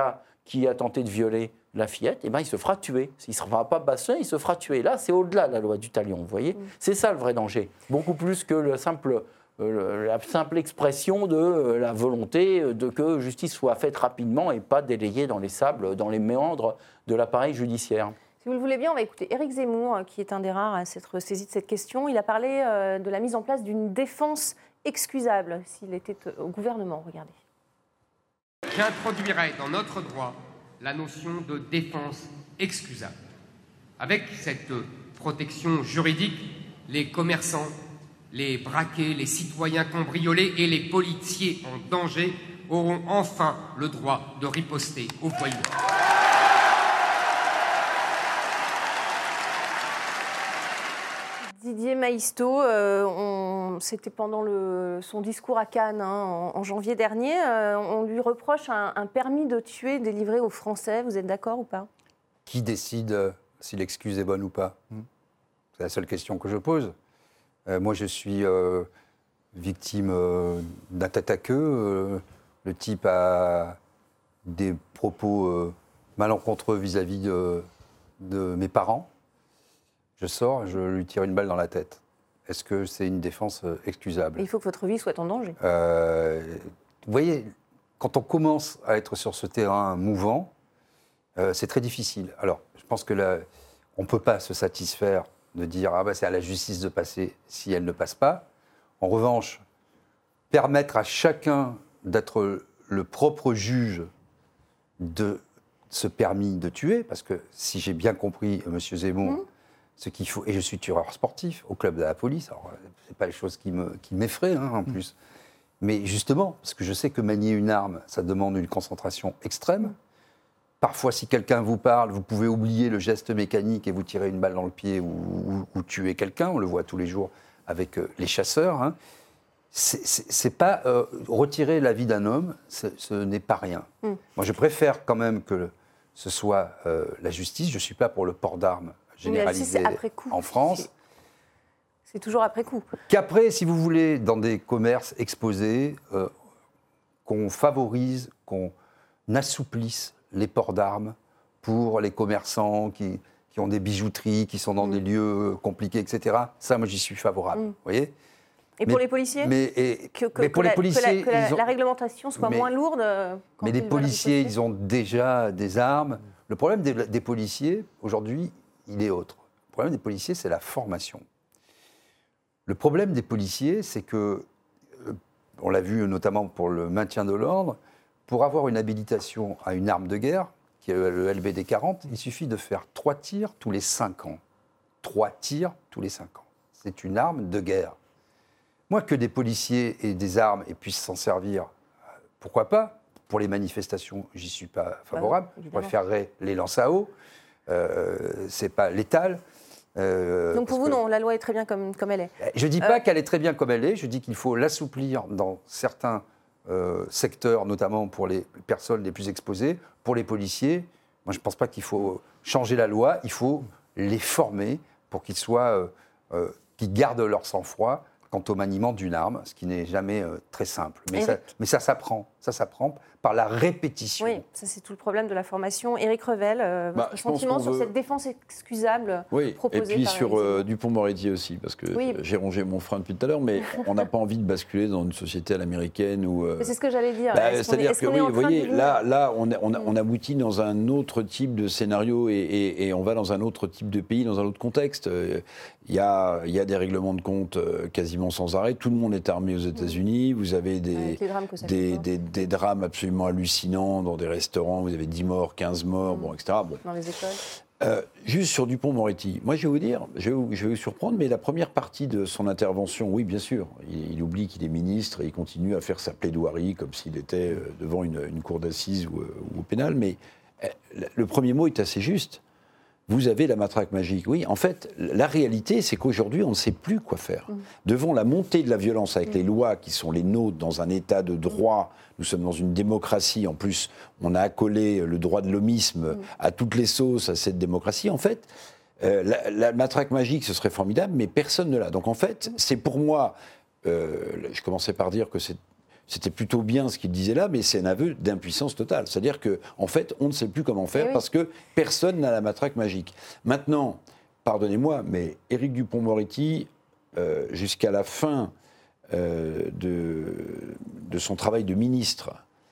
qui a tenté de violer la fillette, eh ben, il se fera tuer. Il ne se fera pas bastonner, il se fera tuer. Là, c'est au-delà de la loi du talion, vous voyez. C'est ça le vrai danger. Beaucoup plus que la simple expression de la volonté de que justice soit faite rapidement et pas délayée dans les sables, dans les méandres de l'appareil judiciaire. Si vous le voulez bien, on va écouter Éric Zemmour, qui est un des rares à s'être saisi de cette question. Il a parlé de la mise en place d'une défense excusable s'il était au gouvernement. Regardez. J'introduirai dans notre droit la notion de défense excusable. Avec cette protection juridique, les commerçants, les braqués, les citoyens cambriolés et les policiers en danger auront enfin le droit de riposter au voyous. Didier Maïsto, c'était pendant son discours à Cannes en janvier dernier, on lui reproche un permis de tuer délivré aux Français. Vous êtes d'accord ou pas? Qui décide si l'excuse est bonne ou pas? C'est la seule question que je pose. Moi, je suis victime d'un tête à queue. Le type a des propos malencontreux vis-à-vis de mes parents. Je sors, je lui tire une balle dans la tête. Est-ce que c'est une défense excusable? Il faut que votre vie soit en danger. Vous voyez, quand on commence à être sur ce terrain mouvant, c'est très difficile. Alors, je pense que là, on ne peut pas se satisfaire de dire « Ah ben c'est à la justice de passer si elle ne passe pas ». En revanche, permettre à chacun d'être le propre juge de ce permis de tuer, parce que si j'ai bien compris, M. Zemmour, ce qu'il faut, et je suis tueur sportif au club de la police, alors ce n'est pas les choses qui m'effraient en plus, mais justement, parce que je sais que manier une arme, ça demande une concentration extrême. Parfois, si quelqu'un vous parle, vous pouvez oublier le geste mécanique et vous tirer une balle dans le pied ou tuer quelqu'un. On le voit tous les jours avec les chasseurs. C'est pas retirer la vie d'un homme, ce n'est pas rien. Moi, je préfère quand même que ce soit la justice. Je suis pas pour le port d'armes généralisé en France. C'est toujours après coup. Qu'après, si vous voulez, dans des commerces exposés, qu'on favorise, qu'on assouplisse les ports d'armes pour les commerçants qui ont des bijouteries, qui sont dans des lieux compliqués, etc. Ça, moi, j'y suis favorable. Vous voyez? Et pour les policiers que la réglementation soit moins lourde. Mais les policiers, ils ont déjà des armes. Le problème des policiers, aujourd'hui, il est autre. Le problème des policiers, c'est la formation. Le problème des policiers, c'est que, on l'a vu notamment pour le maintien de l'ordre, pour avoir une habilitation à une arme de guerre, qui est le LBD 40, il suffit de faire 3 tirs tous les 5 ans. 3 tirs tous les 5 ans. C'est une arme de guerre. Moi, que des policiers aient des armes et puissent s'en servir, pourquoi pas? Pour les manifestations, j'y suis pas favorable. Je préférerais les lances à eau. C'est pas létal. Donc pour vous, non, la loi est très bien comme elle est. Je ne dis pas qu'elle est très bien comme elle est, je dis qu'il faut l'assouplir dans certains secteurs, notamment pour les personnes les plus exposées. Pour les policiers, moi je ne pense pas qu'il faut changer la loi, il faut les former pour qu'ils gardent leur sang-froid quant au maniement d'une arme, ce qui n'est jamais très simple. Mais ça s'apprend. Ça s'apprend par la répétition. Oui, ça c'est tout le problème de la formation. Éric Revel, votre sentiment sur cette défense excusable proposée et puis par sur Dupond-Moretti aussi, parce que j'ai rongé mon frein depuis tout à l'heure, mais on n'a pas envie de basculer dans une société à l'américaine. C'est ce que j'allais dire. C'est-à-dire que, vous voyez, là on aboutit dans un autre type de scénario et on va dans un autre type de pays, dans un autre contexte. Il y a des règlements de compte quasiment sans arrêt. Tout le monde est armé aux États-Unis. Vous avez des drames absolument hallucinants dans des restaurants. Vous avez 10 morts, 15 morts, etc. Dans les écoles. Juste sur Dupond-Moretti, moi je vais vous dire, je vais vous surprendre, mais la première partie de son intervention, oui bien sûr, il oublie qu'il est ministre et il continue à faire sa plaidoirie comme s'il était devant une cour d'assises ou au pénal, mais le premier mot est assez juste. Vous avez la matraque magique. Oui, en fait, la réalité, c'est qu'aujourd'hui, on ne sait plus quoi faire. Devant la montée de la violence avec les lois qui sont les nôtres dans un état de droit, nous sommes dans une démocratie, en plus, on a accolé le droit de l'homisme à toutes les sauces à cette démocratie. En fait, la matraque magique, ce serait formidable, mais personne ne l'a. Donc en fait, c'est pour moi, je commençais par dire que c'était plutôt bien ce qu'il disait là, mais c'est un aveu d'impuissance totale. C'est-à-dire qu'en fait, on ne sait plus comment faire parce que personne n'a la matraque magique. Maintenant, pardonnez-moi, mais Éric Dupond-Moretti, jusqu'à la fin de son travail de ministre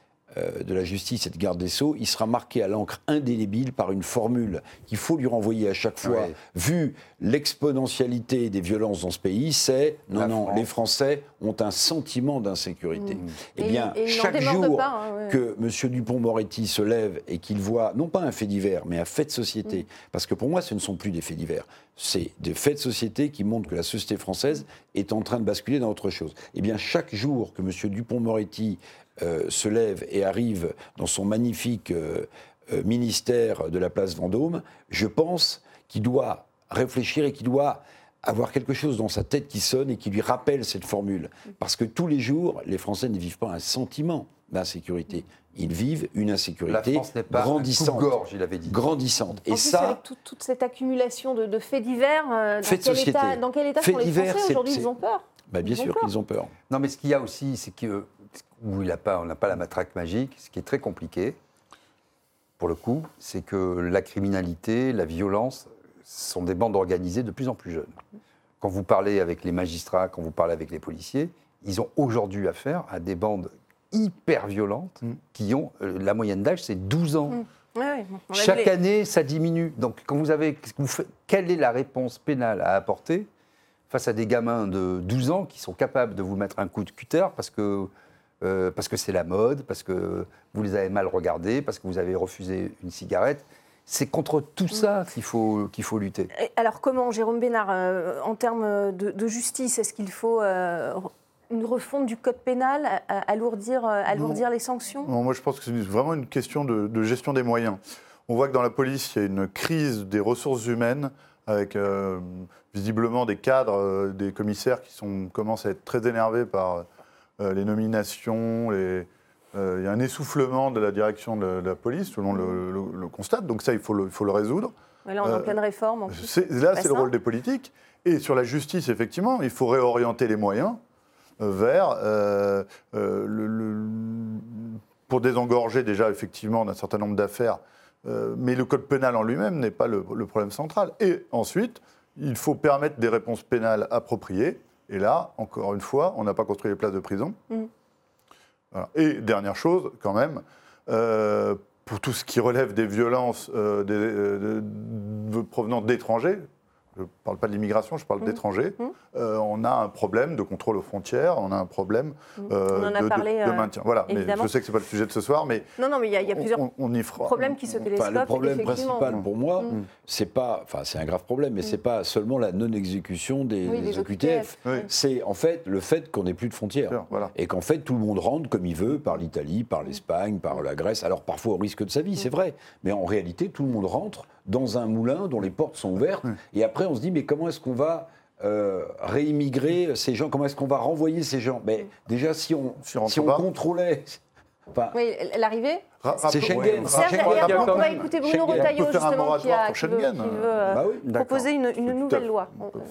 de la Justice et de Garde des Sceaux, il sera marqué à l'encre indélébile par une formule qu'il faut lui renvoyer à chaque fois, vu l'exponentialité des violences dans ce pays, c'est « Non, les Français ont un sentiment d'insécurité ». Eh bien, chaque jour que M. Dupond-Moretti se lève et qu'il voit, non pas un fait divers, mais un fait de société, parce que pour moi, ce ne sont plus des faits divers, c'est des faits de société qui montrent que la société française est en train de basculer dans autre chose. Eh bien, chaque jour que M. Dupond-Moretti se lève et arrive dans son magnifique ministère de la place Vendôme, je pense qu'il doit réfléchir et qu'il doit avoir quelque chose dans sa tête qui sonne et qui lui rappelle cette formule. Parce que tous les jours, les Français ne vivent pas un sentiment d'insécurité. Ils vivent une insécurité grandissante. Gorge, il avait dit. Grandissante. Et ça, avec toute cette accumulation de faits divers, dans quel état sont les Français aujourd'hui? Ils ont peur. Bien sûr qu'ils ont peur. Non, mais ce qu'il y a aussi, c'est que où on n'a pas la matraque magique, ce qui est très compliqué, pour le coup, c'est que la criminalité, la violence, sont des bandes organisées de plus en plus jeunes. Quand vous parlez avec les magistrats, quand vous parlez avec les policiers, ils ont aujourd'hui affaire à des bandes hyper violentes qui ont, la moyenne d'âge, c'est 12 ans. Chaque année, ça diminue. Donc, quand quelle est la réponse pénale à apporter face à des gamins de 12 ans qui sont capables de vous mettre un coup de cutter parce que c'est la mode, parce que vous les avez mal regardés, parce que vous avez refusé une cigarette. C'est contre tout ça qu'il faut lutter. Alors comment, Jérôme Bénard, en termes de justice, est-ce qu'il faut une refonte du code pénal, alourdir les sanctions? Non, moi je pense que c'est vraiment une question de gestion des moyens. On voit que dans la police, il y a une crise des ressources humaines, avec visiblement des cadres, des commissaires qui commencent à être très énervés par les nominations, il y a un essoufflement de la direction de la police, tout le monde le constate, donc ça, il faut le résoudre. Là, on est en pleine réforme. En plus. C'est le rôle des politiques. Et sur la justice, effectivement, il faut réorienter les moyens vers, pour désengorger déjà, effectivement, d'un certain nombre d'affaires, mais le code pénal en lui-même n'est pas le problème central. Et ensuite, il faut permettre des réponses pénales appropriées. Et là, encore une fois, on n'a pas construit les places de prison. Voilà. Et dernière chose, quand même, pour tout ce qui relève des violences provenant d'étrangers, je ne parle pas de l'immigration, je parle d'étrangers, on a un problème de contrôle aux frontières, on a un problème de maintien. Voilà, mais je sais que ce n'est pas le sujet de ce soir, mais... Non, mais il y a plusieurs problèmes qui se télescopent. Le problème principal pour moi, c'est un grave problème, mais ce n'est pas seulement la non-exécution des OQTF. C'est en fait le fait qu'on n'ait plus de frontières. Et qu'en fait, tout le monde rentre comme il veut, par l'Italie, par l'Espagne, par la Grèce, alors parfois au risque de sa vie, c'est vrai. Mais en réalité, tout le monde rentre dans un moulin dont les portes sont ouvertes, et après on se dit mais comment est-ce qu'on va réimmigrer ces gens, comment est-ce qu'on va renvoyer ces gens? Mais déjà si on contrôlait... l'arrivée, c'est Schengen. On va écouter Bruno Retailleau justement qui veut proposer une nouvelle loi.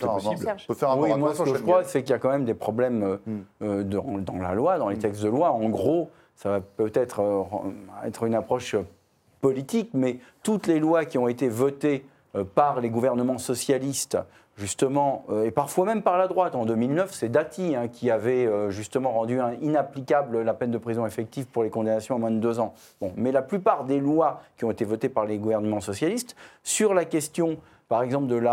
Moi ce que je crois c'est qu'il y a quand même des problèmes dans la loi, dans les textes de loi. En gros, ça va peut-être être une approche politique, mais toutes les lois qui ont été votées par les gouvernements socialistes, justement, et parfois même par la droite, en 2009, c'est Dati qui avait justement rendu inapplicable la peine de prison effective pour les condamnations à moins de 2 ans. Bon, mais la plupart des lois qui ont été votées par les gouvernements socialistes, sur la question, par exemple, de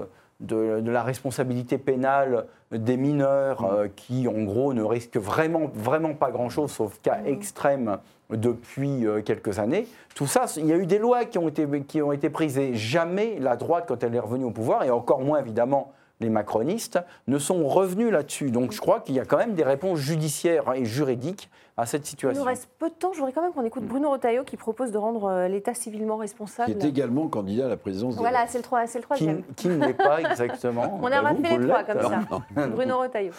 la responsabilité pénale des mineurs qui, en gros, ne risquent vraiment pas grand-chose, sauf cas extrême depuis quelques années. Tout ça, il y a eu des lois qui ont été prises et jamais la droite, quand elle est revenue au pouvoir, et encore moins, évidemment, les macronistes, ne sont revenus là-dessus. Donc je crois qu'il y a quand même des réponses judiciaires et juridiques à cette situation. Il nous reste peu de temps. Je voudrais quand même qu'on écoute Bruno Retailleau qui propose de rendre l'État civilement responsable. Qui est également candidat à la présidence de Voilà, c'est le troisième. Qui ne l'est pas exactement. On a rappelé les trois comme ça. Bruno Retailleau.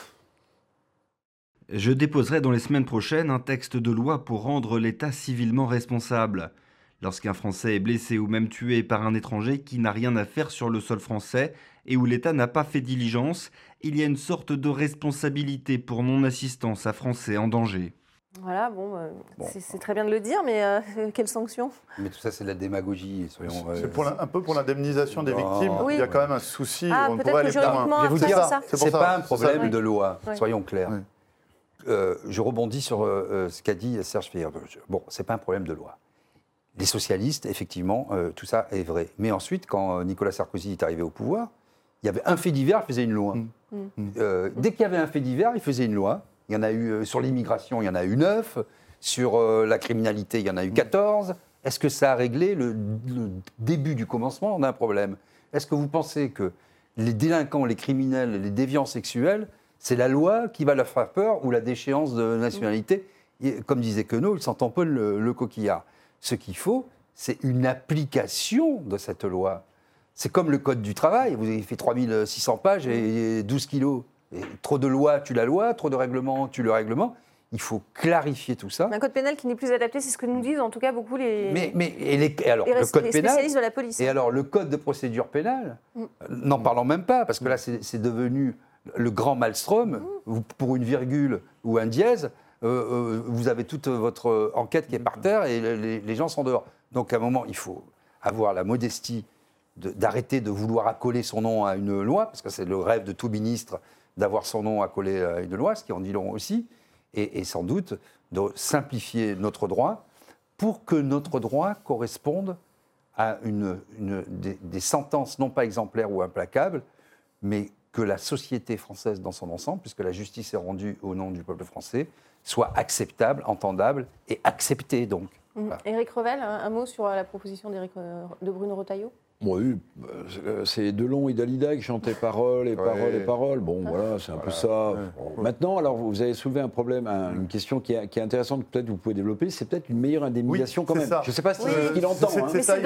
Je déposerai dans les semaines prochaines un texte de loi pour rendre l'État civilement responsable. Lorsqu'un Français est blessé ou même tué par un étranger qui n'a rien à faire sur le sol français et où l'État n'a pas fait diligence, il y a une sorte de responsabilité pour non-assistance à Français en danger. Voilà, c'est très bien de le dire, mais quelles sanctions? Mais tout ça, c'est de la démagogie. Soyons, c'est un peu pour l'indemnisation des victimes. Oui. Il y a quand même un souci. On pourrait aller plus loin. Je vais vous dire, c'est pas un problème Oui. de loi, Oui. soyons clairs. Oui. Je rebondis sur ce qu'a dit Serge Fier. Bon, c'est pas un problème de loi. Les socialistes, effectivement, tout ça est vrai. Mais ensuite, quand Nicolas Sarkozy est arrivé au pouvoir, il y avait un fait divers, il faisait une loi. Dès qu'il y avait un fait divers, il faisait une loi. Il y en a eu sur l'immigration, il y en a eu 9. Sur la criminalité, il y en a eu 14. Est-ce que ça a réglé le début du commencement? On a un problème. Est-ce que vous pensez que les délinquants, les criminels, les déviants sexuels, c'est la loi qui va leur faire peur ou la déchéance de nationalité? Comme disait Queneau, il s'en tamponne le coquillard. Ce qu'il faut, c'est une application de cette loi. C'est comme le Code du travail. Vous avez fait 3600 pages et 12 kilos. Et trop de lois tue la loi, trop de règlements tue le règlement. Il faut clarifier tout ça. Un code pénal qui n'est plus adapté, c'est ce que nous disent en tout cas beaucoup les spécialistes de la police. Et alors, le code de procédure pénale, n'en parlons même pas, parce que là, c'est devenu le grand maelstrom. Pour une virgule ou un dièse, vous avez toute votre enquête qui est par terre et les gens sont dehors. Donc, à un moment, il faut avoir la modestie d'arrêter de vouloir accoler son nom à une loi, parce que c'est le rêve de tout ministre d'avoir son nom accolé à une loi, ce qui en dit long aussi, et sans doute de simplifier notre droit pour que notre droit corresponde à des sentences non pas exemplaires ou implacables, mais que la société française dans son ensemble, puisque la justice est rendue au nom du peuple français, soit acceptable, entendable et acceptée donc. Voilà. Éric Revel, un mot sur la proposition de Bruno Retailleau? Oui, c'est Delon et Dalida qui chantaient paroles et paroles et paroles. Bon, voilà, c'est un peu ça. Maintenant, alors, vous avez soulevé un problème, une question qui est intéressante, peut-être vous pouvez développer, c'est peut-être une meilleure indemnisation quand même. Je ne sais pas si c'est ce qu'il entend. C'est ça, il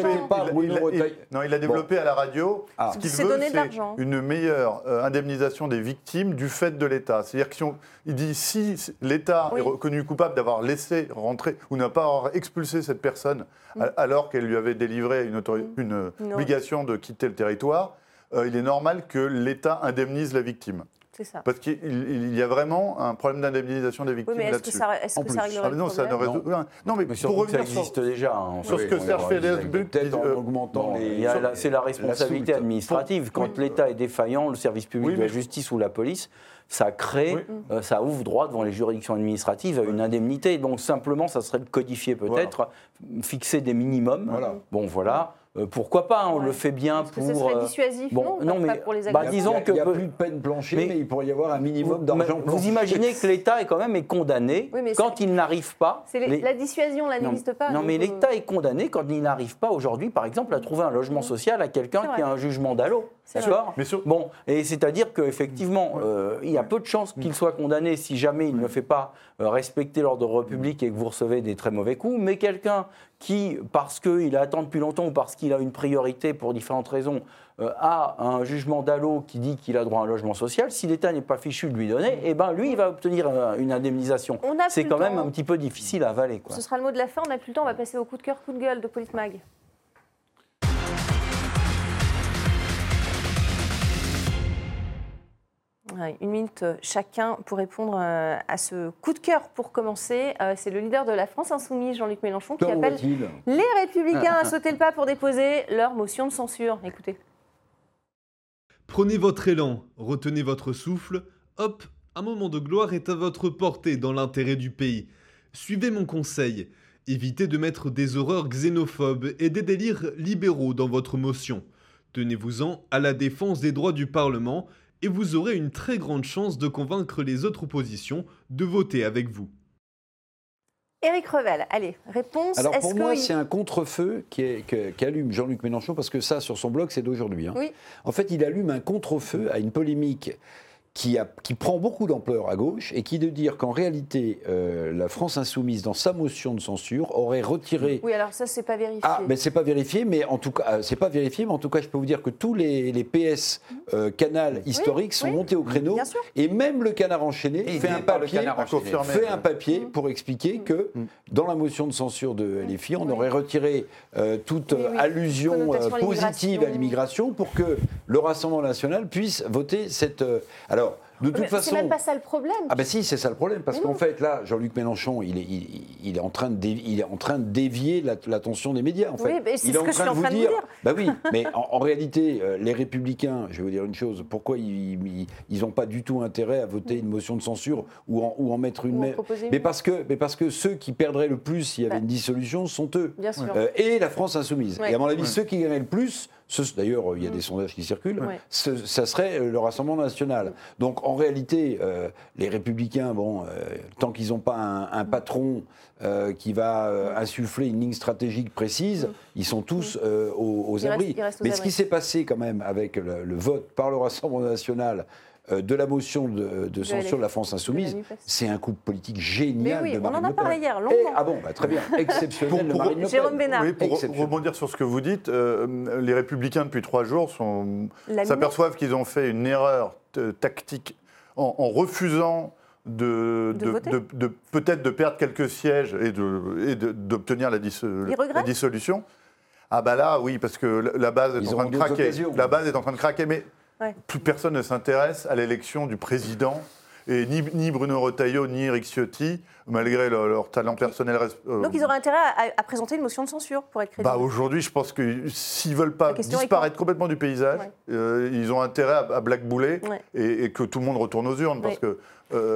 a développé à la radio. Ce qu'il veut, c'est une meilleure indemnisation des victimes du fait de l'État. C'est-à-dire qu'il dit si l'État est reconnu coupable d'avoir laissé rentrer ou n'a pas expulsé cette personne alors qu'elle lui avait délivré une obligation de quitter le territoire, il est normal que l'État indemnise la victime. C'est ça. Parce qu'il y a vraiment un problème d'indemnisation des victimes là-dessus. Est-ce que ça réglerait le problème? Non, mais pour revenir ça existe déjà. Sur ce que Serge Félix peut-être en augmentant c'est la responsabilité administrative. Quand l'État est défaillant, le service public de la justice ou la police, ça crée, ça ouvre droit devant les juridictions administratives à une indemnité. Donc simplement, ça serait de codifier peut-être, fixer des minimums. Bon, voilà. Pourquoi pas, on le fait bien pour... Ce serait dissuasif, non, mais pas pour les agresseurs. Il n'y a plus de peine plancher, mais il pourrait y avoir un minimum d'argent plancher. Vous imaginez que l'État est quand même condamné quand il n'arrive pas... La dissuasion, là, n'existe pas. Non, mais l'État est condamné quand il n'arrive pas aujourd'hui, par exemple, à trouver un logement social à quelqu'un qui a un jugement d'allô. D'accord ? Bon, et c'est-à-dire qu'effectivement, il y a peu de chances qu'il soit condamné si jamais il ne fait pas respecter l'ordre public et que vous recevez des très mauvais coups, mais quelqu'un qui, parce qu'il attend depuis longtemps ou parce qu'il a une priorité pour différentes raisons, a un jugement d'allô qui dit qu'il a droit à un logement social, si l'État n'est pas fichu de lui donner, eh ben lui, il va obtenir une indemnisation. C'est quand même un petit peu difficile à avaler. Ce sera le mot de la fin, on n'a plus le temps, on va passer au coup de cœur, coup de gueule de Politmag. Une minute chacun pour répondre à ce coup de cœur. Pour commencer, c'est le leader de la France Insoumise, Jean-Luc Mélenchon, qui appelle les Républicains à sauter le pas pour déposer leur motion de censure. Écoutez. Prenez votre élan, retenez votre souffle. Hop, un moment de gloire est à votre portée dans l'intérêt du pays. Suivez mon conseil. Évitez de mettre des horreurs xénophobes et des délires libéraux dans votre motion. Tenez-vous-en à la défense des droits du Parlement et vous aurez une très grande chance de convaincre les autres oppositions de voter avec vous. Éric Revel, allez, réponse. Alors pour moi, c'est un contre-feu qu'allume Jean-Luc Mélenchon, parce que ça, sur son blog, c'est d'aujourd'hui. Oui. En fait, il allume un contre-feu à une polémique qui prend beaucoup d'ampleur à gauche et qui de dire qu'en réalité, la France Insoumise, dans sa motion de censure, aurait retiré... Oui, alors ça, c'est pas vérifié. Ah, mais c'est pas vérifié, mais en tout cas, c'est pas vérifié, mais en tout cas, je peux vous dire que tous les PS Canal historiques sont montés au créneau, et même le Canard enchaîné fait un papier pour expliquer que dans la motion de censure de LFI, on aurait retiré toute allusion positive à l'immigration pour que le Rassemblement national puisse voter cette... Alors, De toute façon, c'est même pas ça le problème. Ah ben si, c'est ça le problème, parce qu'en fait, là, Jean-Luc Mélenchon, il est en train de dévier l'attention des médias, en fait. Oui, mais c'est ce que je suis en train de vous dire. Bah oui, mais en réalité, les Républicains, je vais vous dire une chose, pourquoi ils n'ont pas du tout intérêt à voter une motion de censure ou en mettre une même. Mais parce que ceux qui perdraient le plus s'il y avait une dissolution sont eux. Bien sûr. Et la France insoumise. Ouais. Et à mon avis, ceux qui gagneraient le plus, d'ailleurs, il y a des sondages qui circulent, ça serait le Rassemblement national. Donc, en réalité, les Républicains, tant qu'ils n'ont pas un patron qui va insuffler une ligne stratégique précise, ils sont tous aux abris. Mais ce qui s'est passé quand même avec le vote par le Rassemblement national de la motion de censure de la France insoumise, c'est un coup politique génial de Marine Le Pen. On en a parlé hier, longuement. Ah bon, très bien, exceptionnel de Marine Le Pen. Jérôme Bénard. Oui, pour rebondir sur ce que vous dites, les Républicains, depuis 3 jours, s'aperçoivent qu'ils ont fait une erreur tactique en refusant peut-être de perdre quelques sièges et d'obtenir la dissolution. Ah bah là, oui, parce que la base est en train de craquer. La base est en train de craquer, mais plus personne ne s'intéresse à l'élection du président. Et ni Bruno Retailleau, ni Éric Ciotti, malgré leur talent personnel. Donc ils auraient intérêt à présenter une motion de censure pour être crédibles. Aujourd'hui, je pense que s'ils ne veulent pas disparaître complètement du paysage, ils ont intérêt à blackbouler et que tout le monde retourne aux urnes. Parce que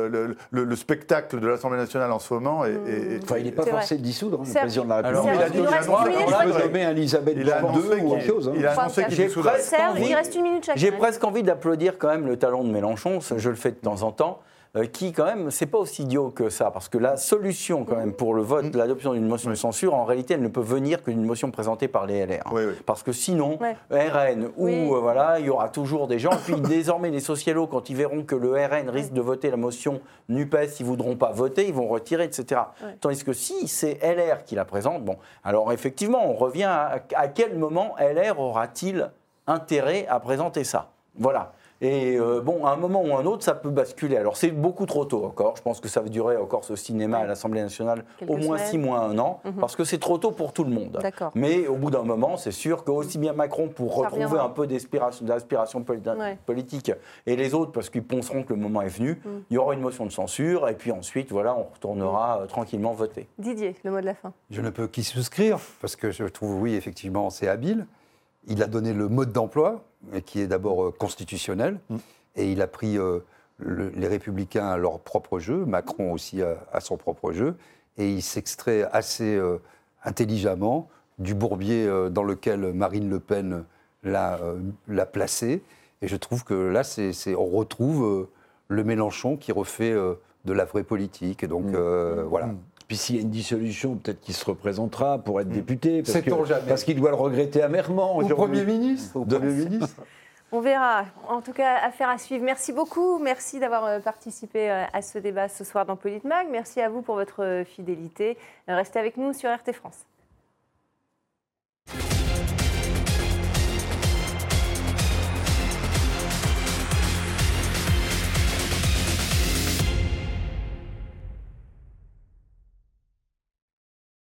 le spectacle de l'Assemblée nationale en ce moment est... il n'est pas forcé de dissoudre, le président de la République. Alors, il a dit nommer Elisabeth Borne II ou autre chose. Il a annoncé qu'il dissoudrait. Il reste une minute chacun. J'ai presque envie d'applaudir quand même le talent de Mélenchon, je le fais de temps en temps, qui quand même, c'est pas aussi idiot que ça, parce que la solution quand même pour le vote, l'adoption d'une motion de censure, en réalité, elle ne peut venir que d'une motion présentée par les LR. Parce que sinon, RN il y aura toujours des gens. Et puis désormais, les socialos, quand ils verront que le RN risque de voter la motion NUPES, ils voudront pas voter, ils vont retirer, etc. Tandis que si c'est LR qui la présente, alors effectivement, on revient à quel moment LR aura-t-il intérêt à présenter ça? Voilà. Et à un moment ou un autre, ça peut basculer. Alors c'est beaucoup trop tôt encore. Je pense que ça va durer encore ce cinéma à l'Assemblée nationale au moins 6 mois, 1 an, parce que c'est trop tôt pour tout le monde. Mais au bout d'un moment, c'est sûr qu'aussi bien Macron, pour retrouver un peu d'aspiration politique, et les autres, parce qu'ils penseront que le moment est venu, il y aura une motion de censure, et puis ensuite, on retournera tranquillement voter. Didier, le mot de la fin. Je ne peux qu'y souscrire, parce que je trouve, oui, effectivement, c'est habile. Il a donné le mode d'emploi, qui est d'abord constitutionnel, et il a pris les Républicains à leur propre jeu, Macron aussi à son propre jeu, et il s'extrait assez intelligemment du bourbier dans lequel Marine Le Pen l'a placé. Et je trouve que là, on retrouve le Mélenchon qui refait de la vraie politique. Et donc, voilà. Puis s'il y a une dissolution, peut-être qu'il se représentera pour être député, jamais. Parce qu'il doit le regretter amèrement. Au Premier ministre. On verra. En tout cas, affaire à suivre. Merci beaucoup. Merci d'avoir participé à ce débat ce soir dans Politmag. Merci à vous pour votre fidélité. Restez avec nous sur RT France.